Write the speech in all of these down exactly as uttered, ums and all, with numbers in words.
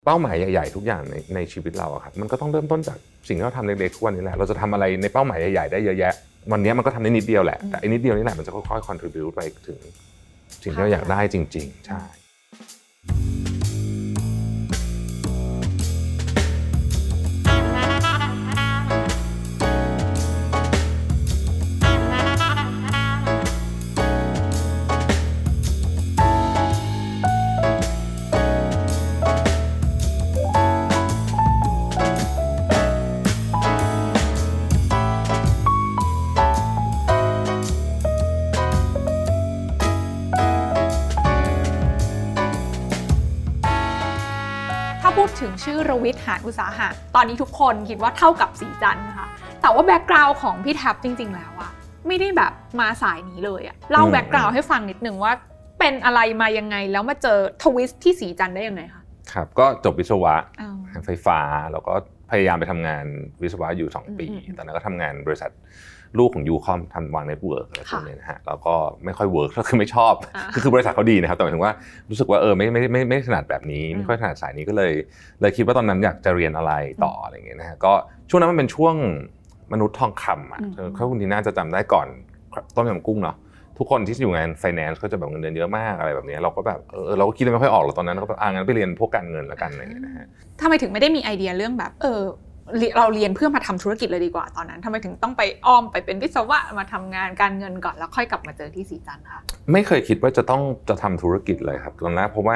เป้าหมายใหญ่ๆทุกอย่างในในชีวิตเราอะครับมันก็ต้องเริ่มต้นจากสิ่งที่เราทำเล็กๆทุกวันนี้แหละเราจะทำอะไรในเป้าหมายใหญ่ๆได้เยอะแยะวันนี้มันก็ทำได้นิดเดียวแหละแต่ไอ้นิดเดียวนี่แหละมันจะค่อยๆ contribute ไปถึงสิ่งที่เราอยากได้จริงๆใช่พูดถึงชื่อรวิทย์หานอุตสาหะตอนนี้ทุกคนคิดว่าเท่ากับสีจันทร์นะคะแต่ว่าแบ็กกราวด์ของพี่แท็บจริงๆแล้วอะไม่ได้แบบมาสายนี้เลยอะเล่าแบ็กกราวด์ให้ฟังนิดนึงว่าเป็นอะไรมายังไงแล้วมาเจอทวิสต์ที่สีจันทร์ได้ยังไงคะครับก็จบวิศวะไฟฟ้าแล้วก็พยายามไปทำงานวิศวะอยู่สองปีตอนนั้นก็ทำงานบริษัทลูกของยูคอมทำวางเน็ตเวิร์กอะไรพวกนี้นะฮะแล้วก็ไม่ค่อยเวิร์กก็คือไม่ชอบคือคือบริษัทเขาดีนะครับแต่หมายถึงว่ารู้สึกว่าเออไม่ไม่ไม่ไม่ถนัดแบบนี้ไม่ค่อยถนัดสายนี้ก็เลยเลยคิดว่าตอนนั้นอยากจะเรียนอะไรต่ออะไรอย่างเงี้ยนะฮะก็ช่วงนั้นมันเป็นช่วงมนุษย์ทองคำอ่ะเขาคุณทีน่าจะจำได้ก่อนต้มยำกุ้งเนาะทุกคนที่อยู่งาน finance ก็จะแบบเงินเดือนเยอะมากอะไรแบบนี้เราก็แบบเออเราก็คิดไม่ค่อยออกหรอกตอนนั้นเราก็แบบอ่างั้นไปเรียนพวกการเงินแล้วกันอะไรอย่างเงี้ยนะฮะทำไมถึงไม่ได้มีไอเดียเรื่องแบบเออเราเรียนเพื่อมาทำธุรกิจเลยดีกว่าตอนนั้นทำไมถึงต้องไปอ้อมไปเป็นวิศวะมาทำงานการเงินก่อนแล้วค่อยกลับมาเจอที่สีจันทร์ค่ะไม่เคยคิดว่าจะต้องจะทำธุรกิจเลยครับตอนแรกเพราะว่า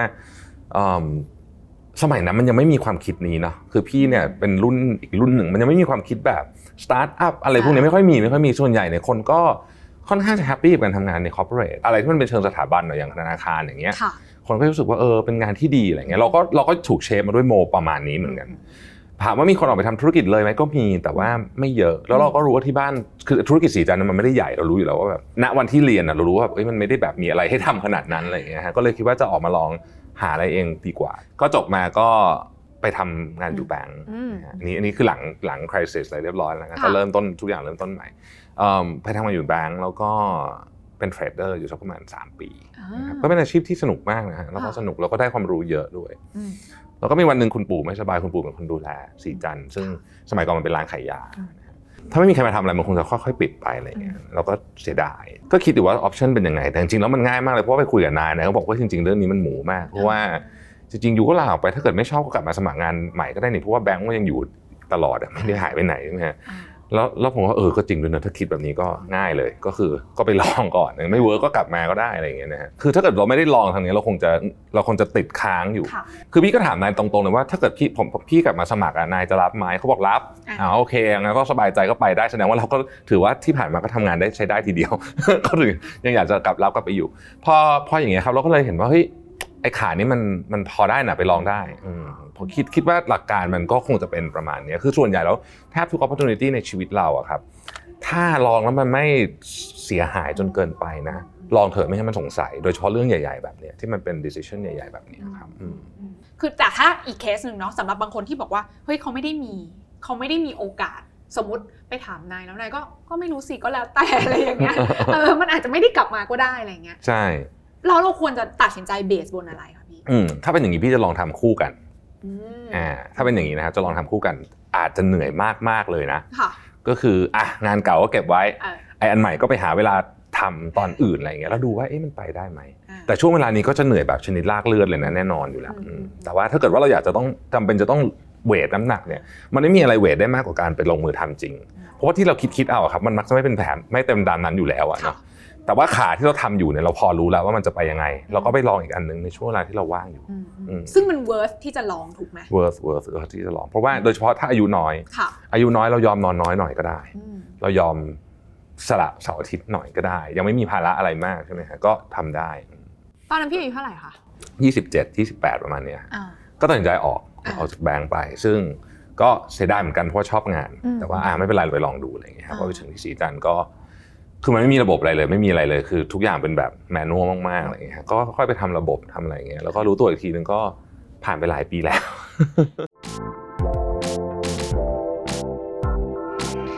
สมัยนั้นมันยังไม่มีความคิดนี้เนาะคือพี่เนี่ยเป็นรุ่นอีกรุ่นหนึ่งมันยังไม่มีความคิดแบบสตาร์ทอัพอะไรพวกนี้ไม่ค่อยมีไม่ค่อยมีส่วนใหญ่เนี่ยคนก็ค่อนข้างจะแฮปปี้กับการทำงานในคอร์ปอเรทอะไรที่มันเป็นเชิงสถาบันอย่างธนาคารอย่างเงี้ยคนก็รู้สึกว่าเออเป็นงานที่ดีอะไรเงี้ยเราก็เราก็ถูกเชฟมาด้วยโมประมาณนี้เหมือนกันถามว่ามีคนออกไปทำธุรกิจเลยไหมก็มีแต่ว่าไม่เยอะแล้วเราก็รู้ว่าที่บ้านคือธุรกิจสีจันทร์มันไม่ได้ใหญ่เรารู้อยู่แล้วว่าแบบณวันที่เรียนเรารู้ว่าเอ้ยมันไม่ได้แบบมีอะไรให้ทำขนาดนั้นอะไรอย่างเงี้ยฮะก็เลยคิดว่าจะออกมาลองหาอะไรเองดีกว่าก็จบมาก็ไปทำงานอยู่แบงก์อันนี้อันนี้คือหลังหลังคริสิสอะไรเรียบร้อยแล้วนะก็เริ่มต้นทุกอย่างเริ่มต้นใหม่ไปทำงานอยู่แบงก์แล้วก็เป็นเทรดเดอร์อยู่สักประมาณสามปีนะครับก็เป็นอาชีพที่สนุกมากนะฮะแล้วก็สนุกแล้วก็ได้ความรู้เยอะด้วยแล้วก็มีวันหนึ่งคุณปู่ไม่สบายคุณปู่เป็นคนดูแลสีจันทร์ซึ่งสมัยก่อนมันเป็นร้านขายยาถ้าไม่มีใครมาทำอะไรมันคงจะค่อยๆปิดไปอะไรเงี้ยเราก็เสียดายก็คิดอยู่ว่าออปชั่นเป็นยังไงแต่จริงๆแล้วมันง่ายมากเลยเพราะว่าไปคุยกับนายนะเขาบอกว่าจริงๆเรื่องนี้มันหมูมากเพราะว่าจริงๆอยู่ก็ลาออกไปถ้าเกิดไม่ชอบก็กลับมาสมัครงานใหม่ก็ได้นี่เพราะว่าแบงก์ก็ยังอยู่ตลอดไม่ได้หายไปไหนใช่ไหมฮะแล้วแล้วผมก็เออก็จริงด้วยนะถ้าคิดแบบนี้ก็ง่ายเลยก็คือก็ไปลองก่อนไม่เวิร์กก็กลับมาก็ได้อะไรอย่างเงี้ยนะฮะคือถ้าเกิดเราไม่ได้ลองทางนี้เราคงจะเราคงจะติดค้างอยู่คือพี่ก็ถามนายตรงๆเลยว่าถ้าเกิดพี่ผมพี่กลับมาสมัครอ่ะนายจะรับไหมเขาบอกรับอ๋อโอเคงั้นก็สบายใจก็ไปได้แสดงว่าเราก็ถือว่าที่ผ่านมาก็ทำงานได้ใช้ได้ทีเดียวก็ถึงยังอยากจะกลับรับกลับไปอยู่พอพออย่างเงี้ยครับเราก็เลยเห็นว่าเฮ้ยไอ้ขานี่มันมันพอได้นะไปลองได้ผมคิดคิดว่าหลักการมันก็คงจะเป็นประมาณนี้คือส่วนใหญ่แล้วแทบทุก opportunity ในชีวิตเราอะครับถ้าลองแล้วมันไม่เสียหายจนเกินไปนะลองเถอะไม่ให้มันสงสัยโดยเฉพาะเรื่องใหญ่ๆแบบนี้ที่มันเป็น decision ใหญ่ๆแบบนี้ครับคือแต่ถ้าอีกเคสหนึ่งเนาะสำหรับบางคนที่บอกว่าเฮ้ยเขาไม่ได้มีเขาไม่ได้มีโอกาสสมมติไปถามนายแล้วนายก็ก็ไม่รู้สิก็แล้วแต่อะไรอย่างเงี้ยเออมันอาจจะไม่ได้กลับมาก็ได้อะไรเงี้ยใช่เราเราควรจะตัดสินใจเบสบนอะไรคะพี่อืมถ้าเป็นอย่างนี้พี่จะลองทำคู่กันอ่าถ้าเป็นอย่างนี้นะครับจะลองทำคู่กันอาจจะเหนื่อยมากๆเลยนะก็คืออ่ะงานเก่าก็เก็บไว้ไออันใหม่ก็ไปหาเวลาทำตอนอื่นอะไรเงี้ยแล้วดูว่าเอ๊ะมันไปได้ไหมแต่ช่วงเวลานี้ก็จะเหนื่อยแบบชนิดลากเลือดเลยนะแน่นอนอยู่แล้วแต่ว่าถ้าเกิดว่าเราอยากจะต้องจำเป็นจะต้องเวทน้ำหนักเนี่ยมันไม่มีอะไรเวทได้มากกว่าการไปลงมือทำจริงเพราะว่าที่เราคิดๆเอาครับมันมักจะไม่เป็นแผนไม่เต็มดานนั้นอยู่แล้วอะเนาะแต่ว่าขาที่เราทำอยู่เนี่ยเราพอรู้แล้วว่ามันจะไปยังไงเราก็ไปลองอีกอันนึงในช่วงเวลาที่เราว่างอยู่ซึ่งมัน worth ที่จะลองถูกไหม worth worth ที่จะลองเพราะว่าโดยเฉพาะถ้าอายุน้อยอายุน้อยเรายอมนอนน้อยหน่อยก็ได้เรายอมสละเสาร์อาทิตย์หน่อยก็ได้ยังไม่มีภาระอะไรมากใช่ไหมฮะก็ทำได้ตอนนั้นพี่อายุเท่าไหร่คะยี่สิบเจ็ด ยี่สิบแปดประมาณเนี้ยก็ตัดสินใจออกออกจากแบงก์ไปซึ่งก็เสียดายเหมือนกันเพราะชอบงานแต่ว่าอ่าไม่เป็นไรเราไปลองดูอะไรอย่างเงี้ยครับพอไปถึงที่สีจันทร์ก็คือมันไม่มีระบบอะไรเลยไม่มีอะไรเลยคือทุกอย่างเป็นแบบแมนนวลมากๆอะไรอย่างเงี้ยก็ค่อยไปทำระบบทำอะไรอย่างเงี้ยแล้วก็รู้ตัวอีกทีนึงก็ผ่านไปหลายปีแล้ว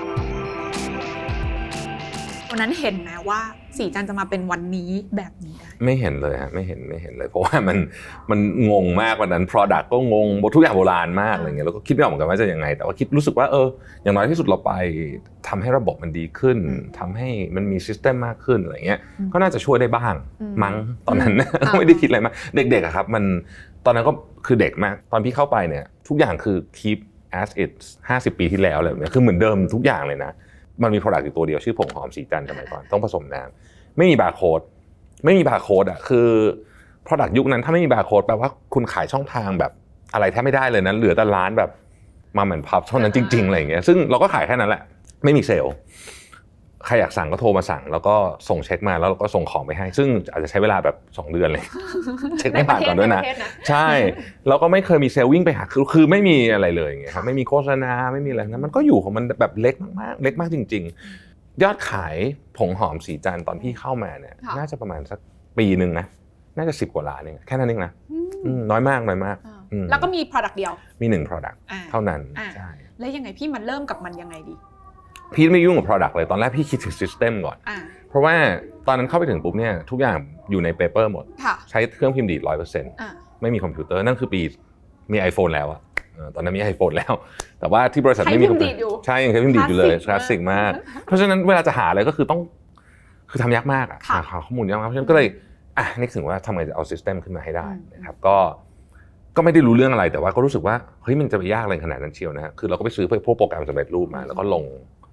วันนั้นเห็นไหมว่าสีจันทร์จะมาเป็นวันนี้แบบนี้ได้ไม่เห็นเลยฮะไม่เห็นไม่เห็นเลยเพราะว่ามันมันงงมากวันนั้น product ก็งงทุกอย่างโบราณมากอะไรเงี้ยแล้วก็คิดไม่ออกเหมือนกันว่าจะยังไงแต่ว่าคิดรู้สึกว่าเอออย่างน้อยที่สุดเราไปทำให้ระบบมันดีขึ้นทำให้มันมี system มากขึ้นอะไรเงี้ยก็น่าจะช่วยได้บ้างมั้งตอนนั้นไม่ได้คิดอะไรมากเด็กๆอะครับมันตอนนั้นก็คือเด็กมากตอนพี่เข้าไปเนี่ยทุกอย่างคือ keep as it ห้าสิบปีที่แล้วอะไรแบบนี้คือเหมือนเดิมทุกอย่างเลยนะมันมี product อยู่ตัวเดียวชื่อผงหอมสีจันทร์สมัยก่อนต้องผสมน้ำไม่มีบาร์โค้ดไม่มีบาร์โค้ดอ่ะคือ product ยุคนั้นถ้าไม่มีบาร์โค้ดแปลว่าคุณขายช่องทางแบบอะไรแทบไม่ได้เลยนะเหลือแต่ร้านแบบมาเหมือนพับเท่านั้นจริงๆอะไรอย่างเงี้ยซึ่งเราก็ขายแค่นั้นแหละไม่มีเซลล์ใครอยากสั่งก็โทรมาสั่งแล้วก็ส่งเช็คมาแล้วเราก็ส่งของไปให้ซึ่งอาจจะใช้เวลาแบบสองเดือนเลยเช็คไม่ผ่านก่อนด้วยนะใช่แล้วก็ไม่เคยมีเซลล์วิ่งไปหาคือคือไม่มีอะไรเลยอย่างเงี้ยครับไม่มีโฆษณาไม่มีอะไรนะมันก็อยู่ของมันแบบเล็กมากๆเล็กมากจริงๆยอดขายผงหอมสีจันทร์ตอนพี่เข้ามาเนี่ยน่าจะประมาณสักปีนึงนะน่าจะสิบกว่าล้านเองแค่นั้นเองนะน้อยมากน้อยมากแล้วก็มี product เดียวมีหนึ่ง product เท่านั้นใช่แล้วยังไงพี่มันเริ่มกับมันยังไงดีพี่ไม่ยุ่งกับ product เลยตอนแรกพี่คิดถึง system ก่อนเพราะว่าตอนนั้นเข้าไปถึงปุ๊บเนี่ยทุกอย่างอยู่ใน paper หมดใช้เครื่องพิมพ์ดีด ร้อยเปอร์เซ็นต์ ไม่มีคอมพิวเตอร์นั่นคือปีมี iPhone แล้วอะตอนนั้นมี iPhone แล้วแต่ว่าที่บริษัทไม่มีคอมพิวเตอร์ใช่ยังใช้พิมพ์ดีดอยู่เลยคลาสสิกมากเพราะฉะนั้นเวลาจะหาอะไรก็คือต้องคือทำยากมากอะหาข้อมูลยากมากเพราะฉะนั้นก็เลยอ่ะนึกถึงว่าทำไงจะเอา system ขึ้นมาให้ได้นะครับก็ก็ไม่ได้รู้เรื่องอะไรแต่ว่าก็รู้สึกว่าเฮ้ยมันจะไปยากอะไรขนาดนั้นเชียวนะคือเราก็ไปซื้อพวกโปรแกรมสำเร็จรูปมาแล้วก็ลง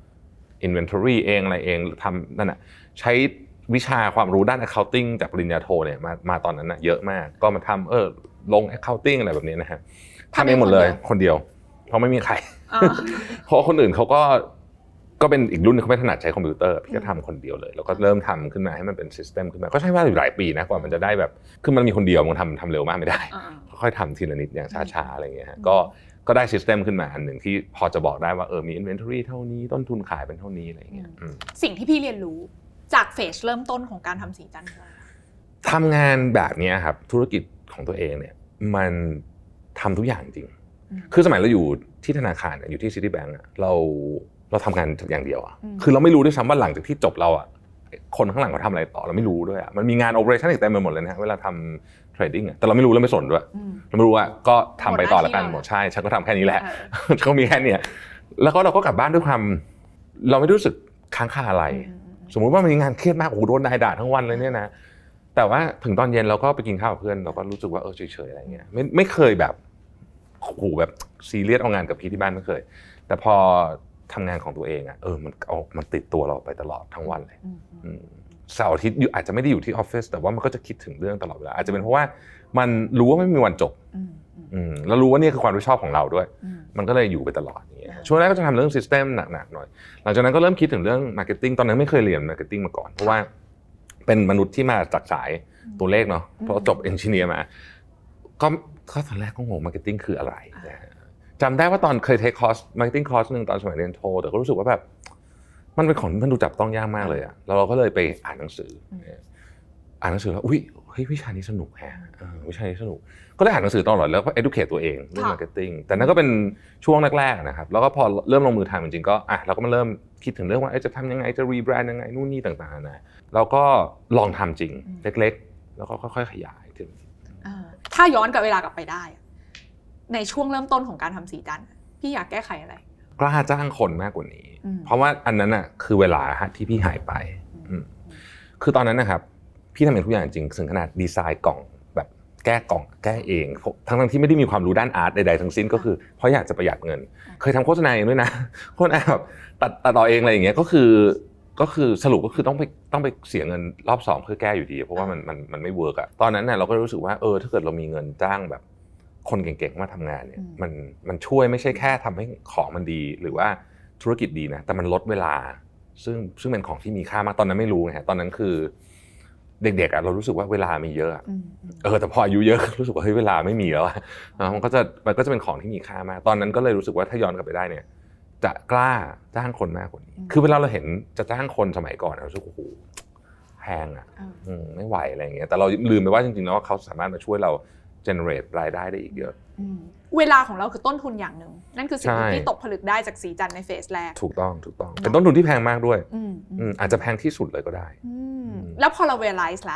inventory เองอะไรเองทำนั่นน่ะใช้วิชาความรู้ด้าน accounting จากปริญญาโทเนี่ยมามาตอนนั้นน่ะเยอะมากก็มาทำเออลง accounting อะไรแบบนี้นะฮะทำเองหมดเลยคนเดียวเพราะไม่มีใครเพราะคนอื่นเขาก็ก็เป็นอีกรุ่นเขาไม่ถนัดใช้คอมพิวเตอร์พี่ก็ทำคนเดียวเลยแล้วก็เริ่มทำขึ้นมาให้มันเป็น system ขึ้นมาก็ใช้เวลาอยู่หลายปีนะกว่ามันจะได้แบบคือมันมีคนเดียวมันทำทำเร็วมากไม่ได้ค่อยๆทำทีละนิดอย่างช้าๆอะไรอย่างเงี้ยฮะก็ก็ได้ system ขึ้นมาอันหนึ่งที่พอจะบอกได้ว่าเออมี inventory เท่านี้ต้นทุนขายเป็นเท่านี้อะไรอย่างเงี้ยสิ่งที่พี่เรียนรู้จากเฟสเริ่มต้นของการทำสีจันทร์ทำงานแบบนี้ครับธุรกิจของตัวเองเนี่ยมันทำทุกอย่างจริงคือสมัยเราอยู่ที่ธนาคารอยู่ที่ Citibank เราเราทำงานอย่างเดียวอ่ะคือเราไม่รู้ด้วยซ้ำว่าหลังจากที่จบเราอ่ะคนข้างหลังเขาทำอะไรต่อเราไม่รู้ด้วยอ่ะมันมีงาน operation อีกเต็มไปหมดเลยนะเวลาทำ trading อ่ะแต่เราไม่รู้แล้วไม่สนด้วยเราไม่รู้ว่าก็ทำไปต่อแล้วกันหมดใช่ฉันก็ทำแค่นี้แหละฉันก็มีแค่นี้แล้วก็เราก็กลับบ้านด้วยความเราไม่รู้สึกค้างคาอะไรสมมุติว่ามีงานเครียดมากโอ้โหโดนนายด่าทั้งวันเลยเนี่ยนะแต่ว่าถึงตอนเย็นเราก็ไปกินข้าวกับเพื่อนเราก็รู้สึกว่าเออเฉยๆอะไรเงี้ยไม่ไม่เคยแบบโอ้โหแบบซีเรียสเอางานกับพี่ที่บ้านไม่เคยแต่พอทำงานของตัวเองอ่ะเออมันเอามันติดตัวเราไปตลอดทั้งวันเลยเสาร์อาทิตย์อาจจะไม่ได้อยู่ที่ออฟฟิศแต่ว่ามันก็จะคิดถึงเรื่องตลอดเวลาอาจจะเป็นเพราะว่ามันรู้ว่าไม่มีวันจบแล้วรู้ว่านี่คือความรับผิดชอบของเราด้วยมันก็เลยอยู่ไปตลอดอย่างเงี้ยช่วงแรกก็จะทำเรื่อง system หนักๆหน่อยหลังจากนั้นก็เริ่มคิดถึงเรื่อง marketing ตอนนั้นไม่เคยเรียน marketing มาก่อนเพราะว่าเป็นมนุษย์ที่มาจากสายตัวเลขเนาะเพราะจบ engineer มาก็ก็ตอนแรกก็งง marketing คืออะไรจำได้ว่าตอนเคยเทคคอร์ส marketing course นึงตอนสมัยเรียนโทแต่ก็รู้สึกว่าแบบมันเป็นของมันดูจับต้องยากมากเลยอะแล้วเราก็เลยไปอ่านหนังสืออ่านหนังสือแล้วอุ้ยเฮ้ยวิชานี้สนุกแฮะวิชานี้สนุกก็ได้อ่านหนังสือตลอดแล้วก็ educate ตัวเองเรื่อง marketing แต่นั่นก็เป็นช่วงแรกๆนะครับแล้วก็พอเริ่มลงมือทำจริงๆก็อ่ะเราก็มาเริ่มคิดถึงเรื่องว่าจะทำยังไงจะ rebrand ยังไงนู่นนี่ต่างๆนะเราก็ลองทำจริงเล็กๆแล้วก็ค่อยๆขยายถึงถ้าย้อนกลับเวลากลับไปได้ในช่วงเริ่มต้นของการทำสีจันทร์พี่อยากแก้ไขอะไรกล้าจ้างคนมากกว่านี้เพราะว่าอันนั้นน่ะคือเวลาที่พี่หายไปคือตอนนั้นนะครับพี่ทำเองทุกอย่างจริงถึงขนาดดีไซน์กล่องแบบแก้กล่องแก้เองทั้งๆที่ไม่ได้มีความรู้ด้านอาร์ตใดๆทั้งสิ้นก็คือเพราะอยากจะประหยัดเงินเคยทำโฆษณาเองด้วยนะโฆษณาแบบตัดตัดต่อเองอะไรอย่างเงี้ยก็คือก็คือสรุปก็คือต้องไปต้องไปเสียเงินรอบสองเพื่อแก้อยู่ดีเพราะว่ามันมันมันไม่เวิร์กอะตอนนั้นน่ะเราก็รู้สึกว่าเออถ้าเกิดเรามีเงินจ้างแบบคนเก่งๆมาทำงานเนี่ยมันมันช่วยไม่ใช่แค่ทำให้ของมันดีหรือว่าธุรกิจดีนะแต่มันลดเวลาซึ่งซึ่งเป็นของที่มีค่ามากตอนนั้นไม่รู้ไงตอนนั้นคือเด็กๆอ่ะเรารู้สึกว่าเวลามีเยอะเออแต่พออายุเยอะรู้สึกว่าเฮ้ยเวลาไม่มีแล้วอ่ะมันก็จะมันก็จะเป็นของที่มีค่ามากตอนนั้นก็เลยรู้สึกว่าถ้าย้อนกลับไปได้เนี่ยจะกล้าจ้างคนมากกว่านี้คือเวลาเราเห็นจะจ้างคนสมัยก่อนเรารู้สึกโอ้โหแพงอ่ะไม่ไหวอะไรอย่างเงี้ยแต่เราลืมไปว่าจริงๆแล้วเขาสามารถมาช่วยเราgenerate รายได้ได้อีกเยอะเวลาของเราคือต้นทุนอย่างหนึ่งนั่นคือสิ่งที่ตกผลึกได้จากสีจันทร์ในเฟสแรกถูกต้องถูกต้องเป็นต้นทุนที่แพงมากด้วยอาจจะแพงที่สุดเลยก็ได้แล้วพอเรา realize ละ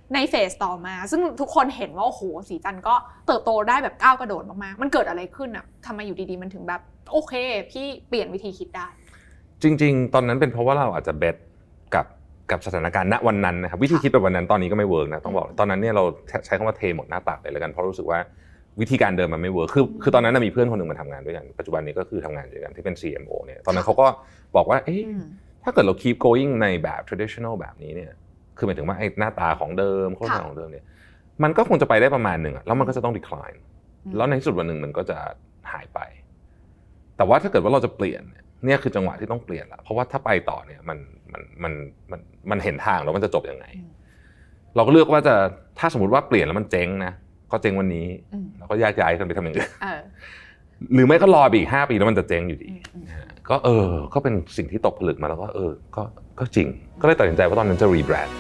ในเฟสต่อมาซึ่งทุกคนเห็นว่าโอ้โหสีจันทร์ก็เติบโตได้แบบก้าวกระโดดมากๆมันเกิดอะไรขึ้นอ่ะทำไมอยู่ดีๆมันถึงแบบโอเคพี่เปลี่ยนวิธีคิดได้จริงๆตอนนั้นเป็นเพราะว่าเราอาจจะเบสกับกับสถานการณ์ณวันนั้นนะครับวิธีคิดแบบวันนั้นตอนนี้ก็ไม่เวิร์กนะต้องบอกตอนนั้นเนี่ยเราใช้คำว่าเทหมดหน้าตักเลยแล้วกันเพราะรู้สึกว่าวิธีการเดิมมันไม่เวิร์คคือคือตอนนั้นมีเพื่อนคนหนึ่งมาทำงานด้วยกันปัจจุบันนี้ก็คือทำงานด้วยกันที่เป็น ซี เอ็ม โอ เนี่ยตอนนั้นเขาก็บอกว่าเอ๊ะถ้าเกิดเรา keep going ในแบบ traditional แบบนี้เนี่ยคือหมายถึงว่าไอ้หน้าตาของเดิมโฆษณาของเดิมเนี่ยมันก็คงจะไปได้ประมาณหนึ่งอะแล้วมันก็จะต้อง decline แล้วในที่สุดวันหนึ่งมันก็จะหายไปแต่ว่าถ้าเกิดว่าเราจะเปลี่ยนเนี่ยคือจังหวะที่ต้องเปลี่ยนละเพราะว่าถ้าไปต่อเนี่ยมันมันมันมันมันเห็นทางแล้วมันจะจบยังไงเราก็เลือกว่าจะถ้าสมมติว่าเปลี่ยนแล้วมันเจ๊งนะก็เจ๊งวันนี้แล้วก็แยกย้ายกันไปทำอย่างอื่นหรือไม่ก็รอไปอีกห้าปีแล้วมันจะเจ๊งอยู่ดีก็เออก็เป็นสิ่งที่ตกผลึกมาแล้วก็เออก็ก็จริงก็เลยตัดสินใจว่าตอนนั้นจะรีแบรนด์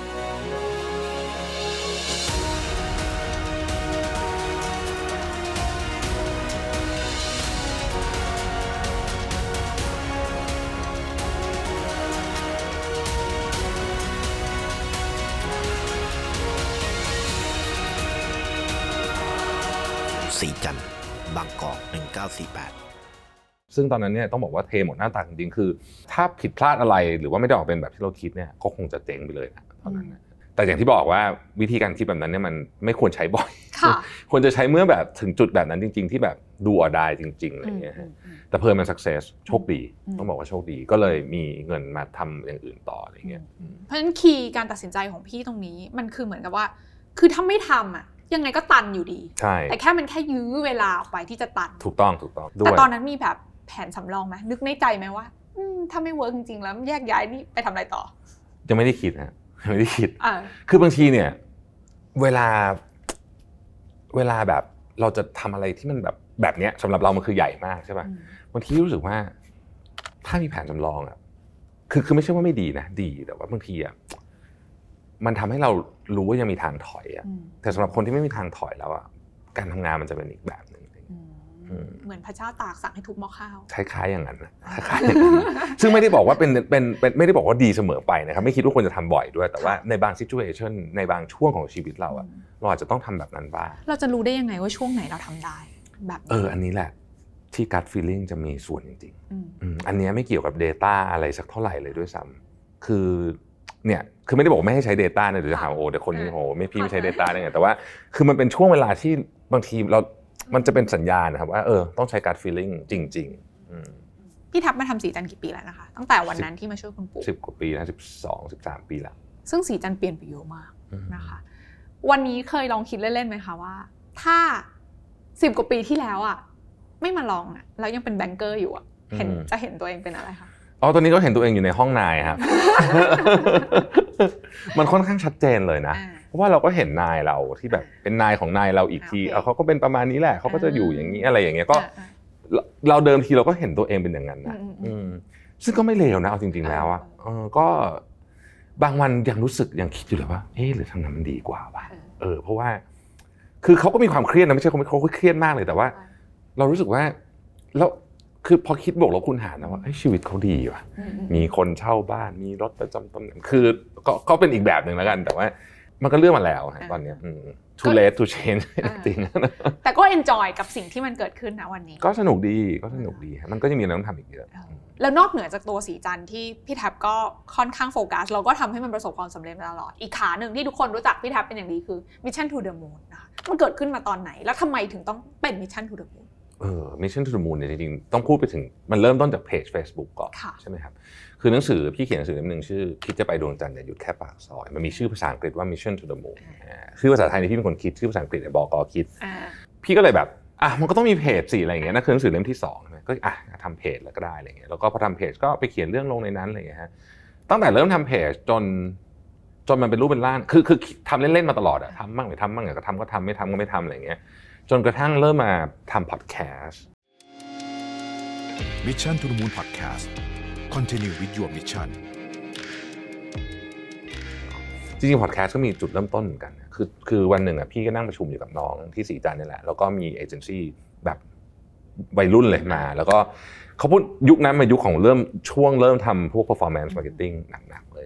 สีจันทร์บางกอกหนึ่งเก้าสี่แปดซึ่งตอนนั้นเนี่ยต้องบอกว่าเทหมดหน้าตาจริงๆคือถ้าผิดพลาดอะไรหรือว่าไม่ได้ออกเป็นแบบที่เราคิดเนี่ยก็คงจะเจ๊งไปเลยนะตอนนั้นแต่อย่างที่บอกว่าวิธีการคิดแบบนั้นเนี่ยมันไม่ควรใช้บ่อยควรจะใช้เมื่อแบบถึงจุดแบบนั้นจริงๆที่แบบดูออได้จริงๆอะไรอย่างเงี้ยแต่เพิ่มมัน success โชคดีต้องบอกว่าโชคดีก็เลยมีเงินมาทำอย่างอื่นต่ออะไรเงี้ยเพราะฉะนั้นคีย์การตัดสินใจของพี่ตรงนี้มันคือเหมือนกับว่าคือถ้าไม่ทำอ่ะยังไงก็ตันอยู่ดีใช่แต่แค่มันแค่ยื้อเวลาออกไปที่จะตันถูกต้องถูกต้องแต่ตอนนั้นมีแบบแผนสำรองไหมนึกในใจไหมว่าถ้าไม่เวิร์กจริงๆแล้วแยกย้ายนี่ไปทำอะไรต่อยังไม่ได้คิดนะยังไม่ได้คิดคือบางทีเนี่ยเวลาเวลาแบบเราจะทำอะไรที่มันแบบแบบเนี้ยสำหรับเรามันคือใหญ่มากใช่ป่ะบางทีรู้สึกว่าถ้ามีแผนสำรองอ่ะคือคือไม่ใช่ว่าไม่ดีนะดีแต่ว่าบางทีอ่ะมันทำให้เรารู้ว่ายังมีทางถอยอ่ะแต่สำหรับคนที่ไม่มีทางถอยแล้วอ่ะการทำงานมันจะเป็นอีกแบบนึงเหมือนพระเจ้าตากสั่งให้ทุบหม้อข้าวคล้ายๆอย่างนั้นนะคล้ายๆอย่างนั้นซึ่งไม่ได้บอกว่าเป็นเป็นเป็นไม่ได้บอกว่าดีเสมอไปนะครับไม่คิดว่าควรจะทำบ่อยด้วยแต่ว่าในบาง situation ในบางช่วงของชีวิตเราอะเราอาจจะต้องทำแบบนั้นบ้างเราจะรู้ได้ยังไงว่าช่วงไหนเราทำได้แบบเอออันนี้แหละที่ gut feeling จะมีส่วนจริงๆอันนี้ไม่เกี่ยวกับ data อะไรสักเท่าไหร่เลยด้วยซ้ำคือเนี่ยคือไม่ได้บอกไม่ให้ใช้ data นะเดี๋ยวจะหาโอ้เดี๋ยวคนนี้โอ้ไม่พี่ไม่ใช้ data ได้ไงแต่ว่าคือมันเป็นช่วงเวลาที่บางทีเรามันจะเป็นสัญญาณนะครับว่าเออต้องใช้ gut feeling จริงๆพี่ทับมาทำสีจันทร์กี่ปีแล้วนะคะตั้งแต่วันนั้นที่มาช่วยคุณปู่สิบกว่าปีแล้วสิบสอง สิบสามปีแล้วซึ่งสีจันทร์เปลี่ยนไปเยอะมากนะคะวันนี้เคยลองคิดเล่นๆไหมคะว่าถ้าสิบกว่าปีที่แล้วอ่ะไม่มาลองอ่ะแล้วยังเป็นแบงเกอร์อยู่อ่ะเห็นจะเห็นตัวเองเป็นอะไรคะอ๋อตอนนี้ก็เห็นตัวเองอยู่ในห้องนายครับ มันค่อนข้างชัดเจนเลยนะเพราะว่าเราก็เห็นนายเราที่แบบเป็นนายของนายเราอีกทีเขาก็เป็นประมาณนี้แหละเขาก็จะอยู่อย่างนี้อะไรอย่างเงี้ยก็เราเดิมทีเราก็เห็นตัวเองเป็นอย่างนั้นนะซึ่งก็ไม่เลวนะเอาจริงๆแล้วอ่ะเออก็บางวันยังรู้สึกยังคิดอยู่เลยว่าเอ๊ะหรือทางนั้นมันดีกว่าป่ะเออเพราะว่าคือเขาก็มีความเครียดนะไม่ใช่เขาเขาเครียดมากเลยแต่ว่าเรารู้สึกว่าแล้วคือพอคิดบวกลบคูณหารนะว่าชีวิตเขาดีว่ะมีคนเช่าบ้านมีรถประจำตำแหน่งคือก็ก็เป็นอีกแบบนึงแล้วกันแต่ว่ามันก็เลื่อนมาแล้วตอนนี้ too late to change จริงแต่ก็ enjoy กับสิ่งที่มันเกิดขึ้นนะวันนี้ก็สนุกดีก็สนุกดีมันก็จะมีอะไรต้องทำอีกเยอะแล้วนอกเหนือจากตัวสีจันทร์ที่พี่แท็บก็ค่อนข้างโฟกัสเราก็ทำให้มันประสบความสำเร็จมาตลอดอีกขาหนึ่งที่ทุกคนรู้จักพี่แท็บเป็นอย่างดีคือ Mission to the Moon นะคะมันเกิดขึ้นมาตอนไหนแล้วทำไมถึงต้องเป็น Mission to the Moon เออ Mission to the Moon เนี่ยจริงๆต้องพูดไปถึงมันเริ่มต้นจากเพจ Facebook ก่อนใช่ไหมครับคือหนังสือพี่เขียนหนังสือเล่มนึงชื่อคิดจะไปดวงจันทร์อย่าหยุดแค่ปากซอยมันมีชื่อภาษาอังกฤษว่า Mission to the Moon ชื่อภาษาไทยนี่พี่เป็นคนคิดชื่อภาษาอังกฤษเนี่ยบก.คิดพี่ก็เลยแบบอ่ะมันก็ต้องมีเพจสิอะไรอย่างเงี้ยนั่นคือหนังสือเล่มที่สองใช่ไหมก็อ่ะทำเพจแล้วก็ได้อะไรเงี้ยแล้วก็พอทำเพจก็ไปเขียนเรื่องลงในนั้นอะไรเงี้ยฮะตั้งแต่เริ่มทำเพจจนจนมันเป็นรูปเป็นร่างคือคือทำเล่นๆมาตลอดอะทำบ้างไม่ทำบ้างก็ทำก็ทำไม่ทำก็ไม่ทำอะไรเงี้ยจนกระทั่งเริ่มมาทำพอดแคสต์ Mission to the Moon Podcast Continue with your mission จริงๆพอดแคสต์ก็มีจุดเริ่มต้นเหมือนกันคือคือวันหนึ่งอ่ะพี่ก็นั่งประชุมอยู่กับน้องที่สีจันทร์นี่แหละแล้วก็มีเอเจนซี่แบบวัยรุ่นเลยมาแล้วก็เขาพูดยุคนั้นมายุคของเริ่มช่วงเริ่มทำพวก performance marketing หนักๆเลย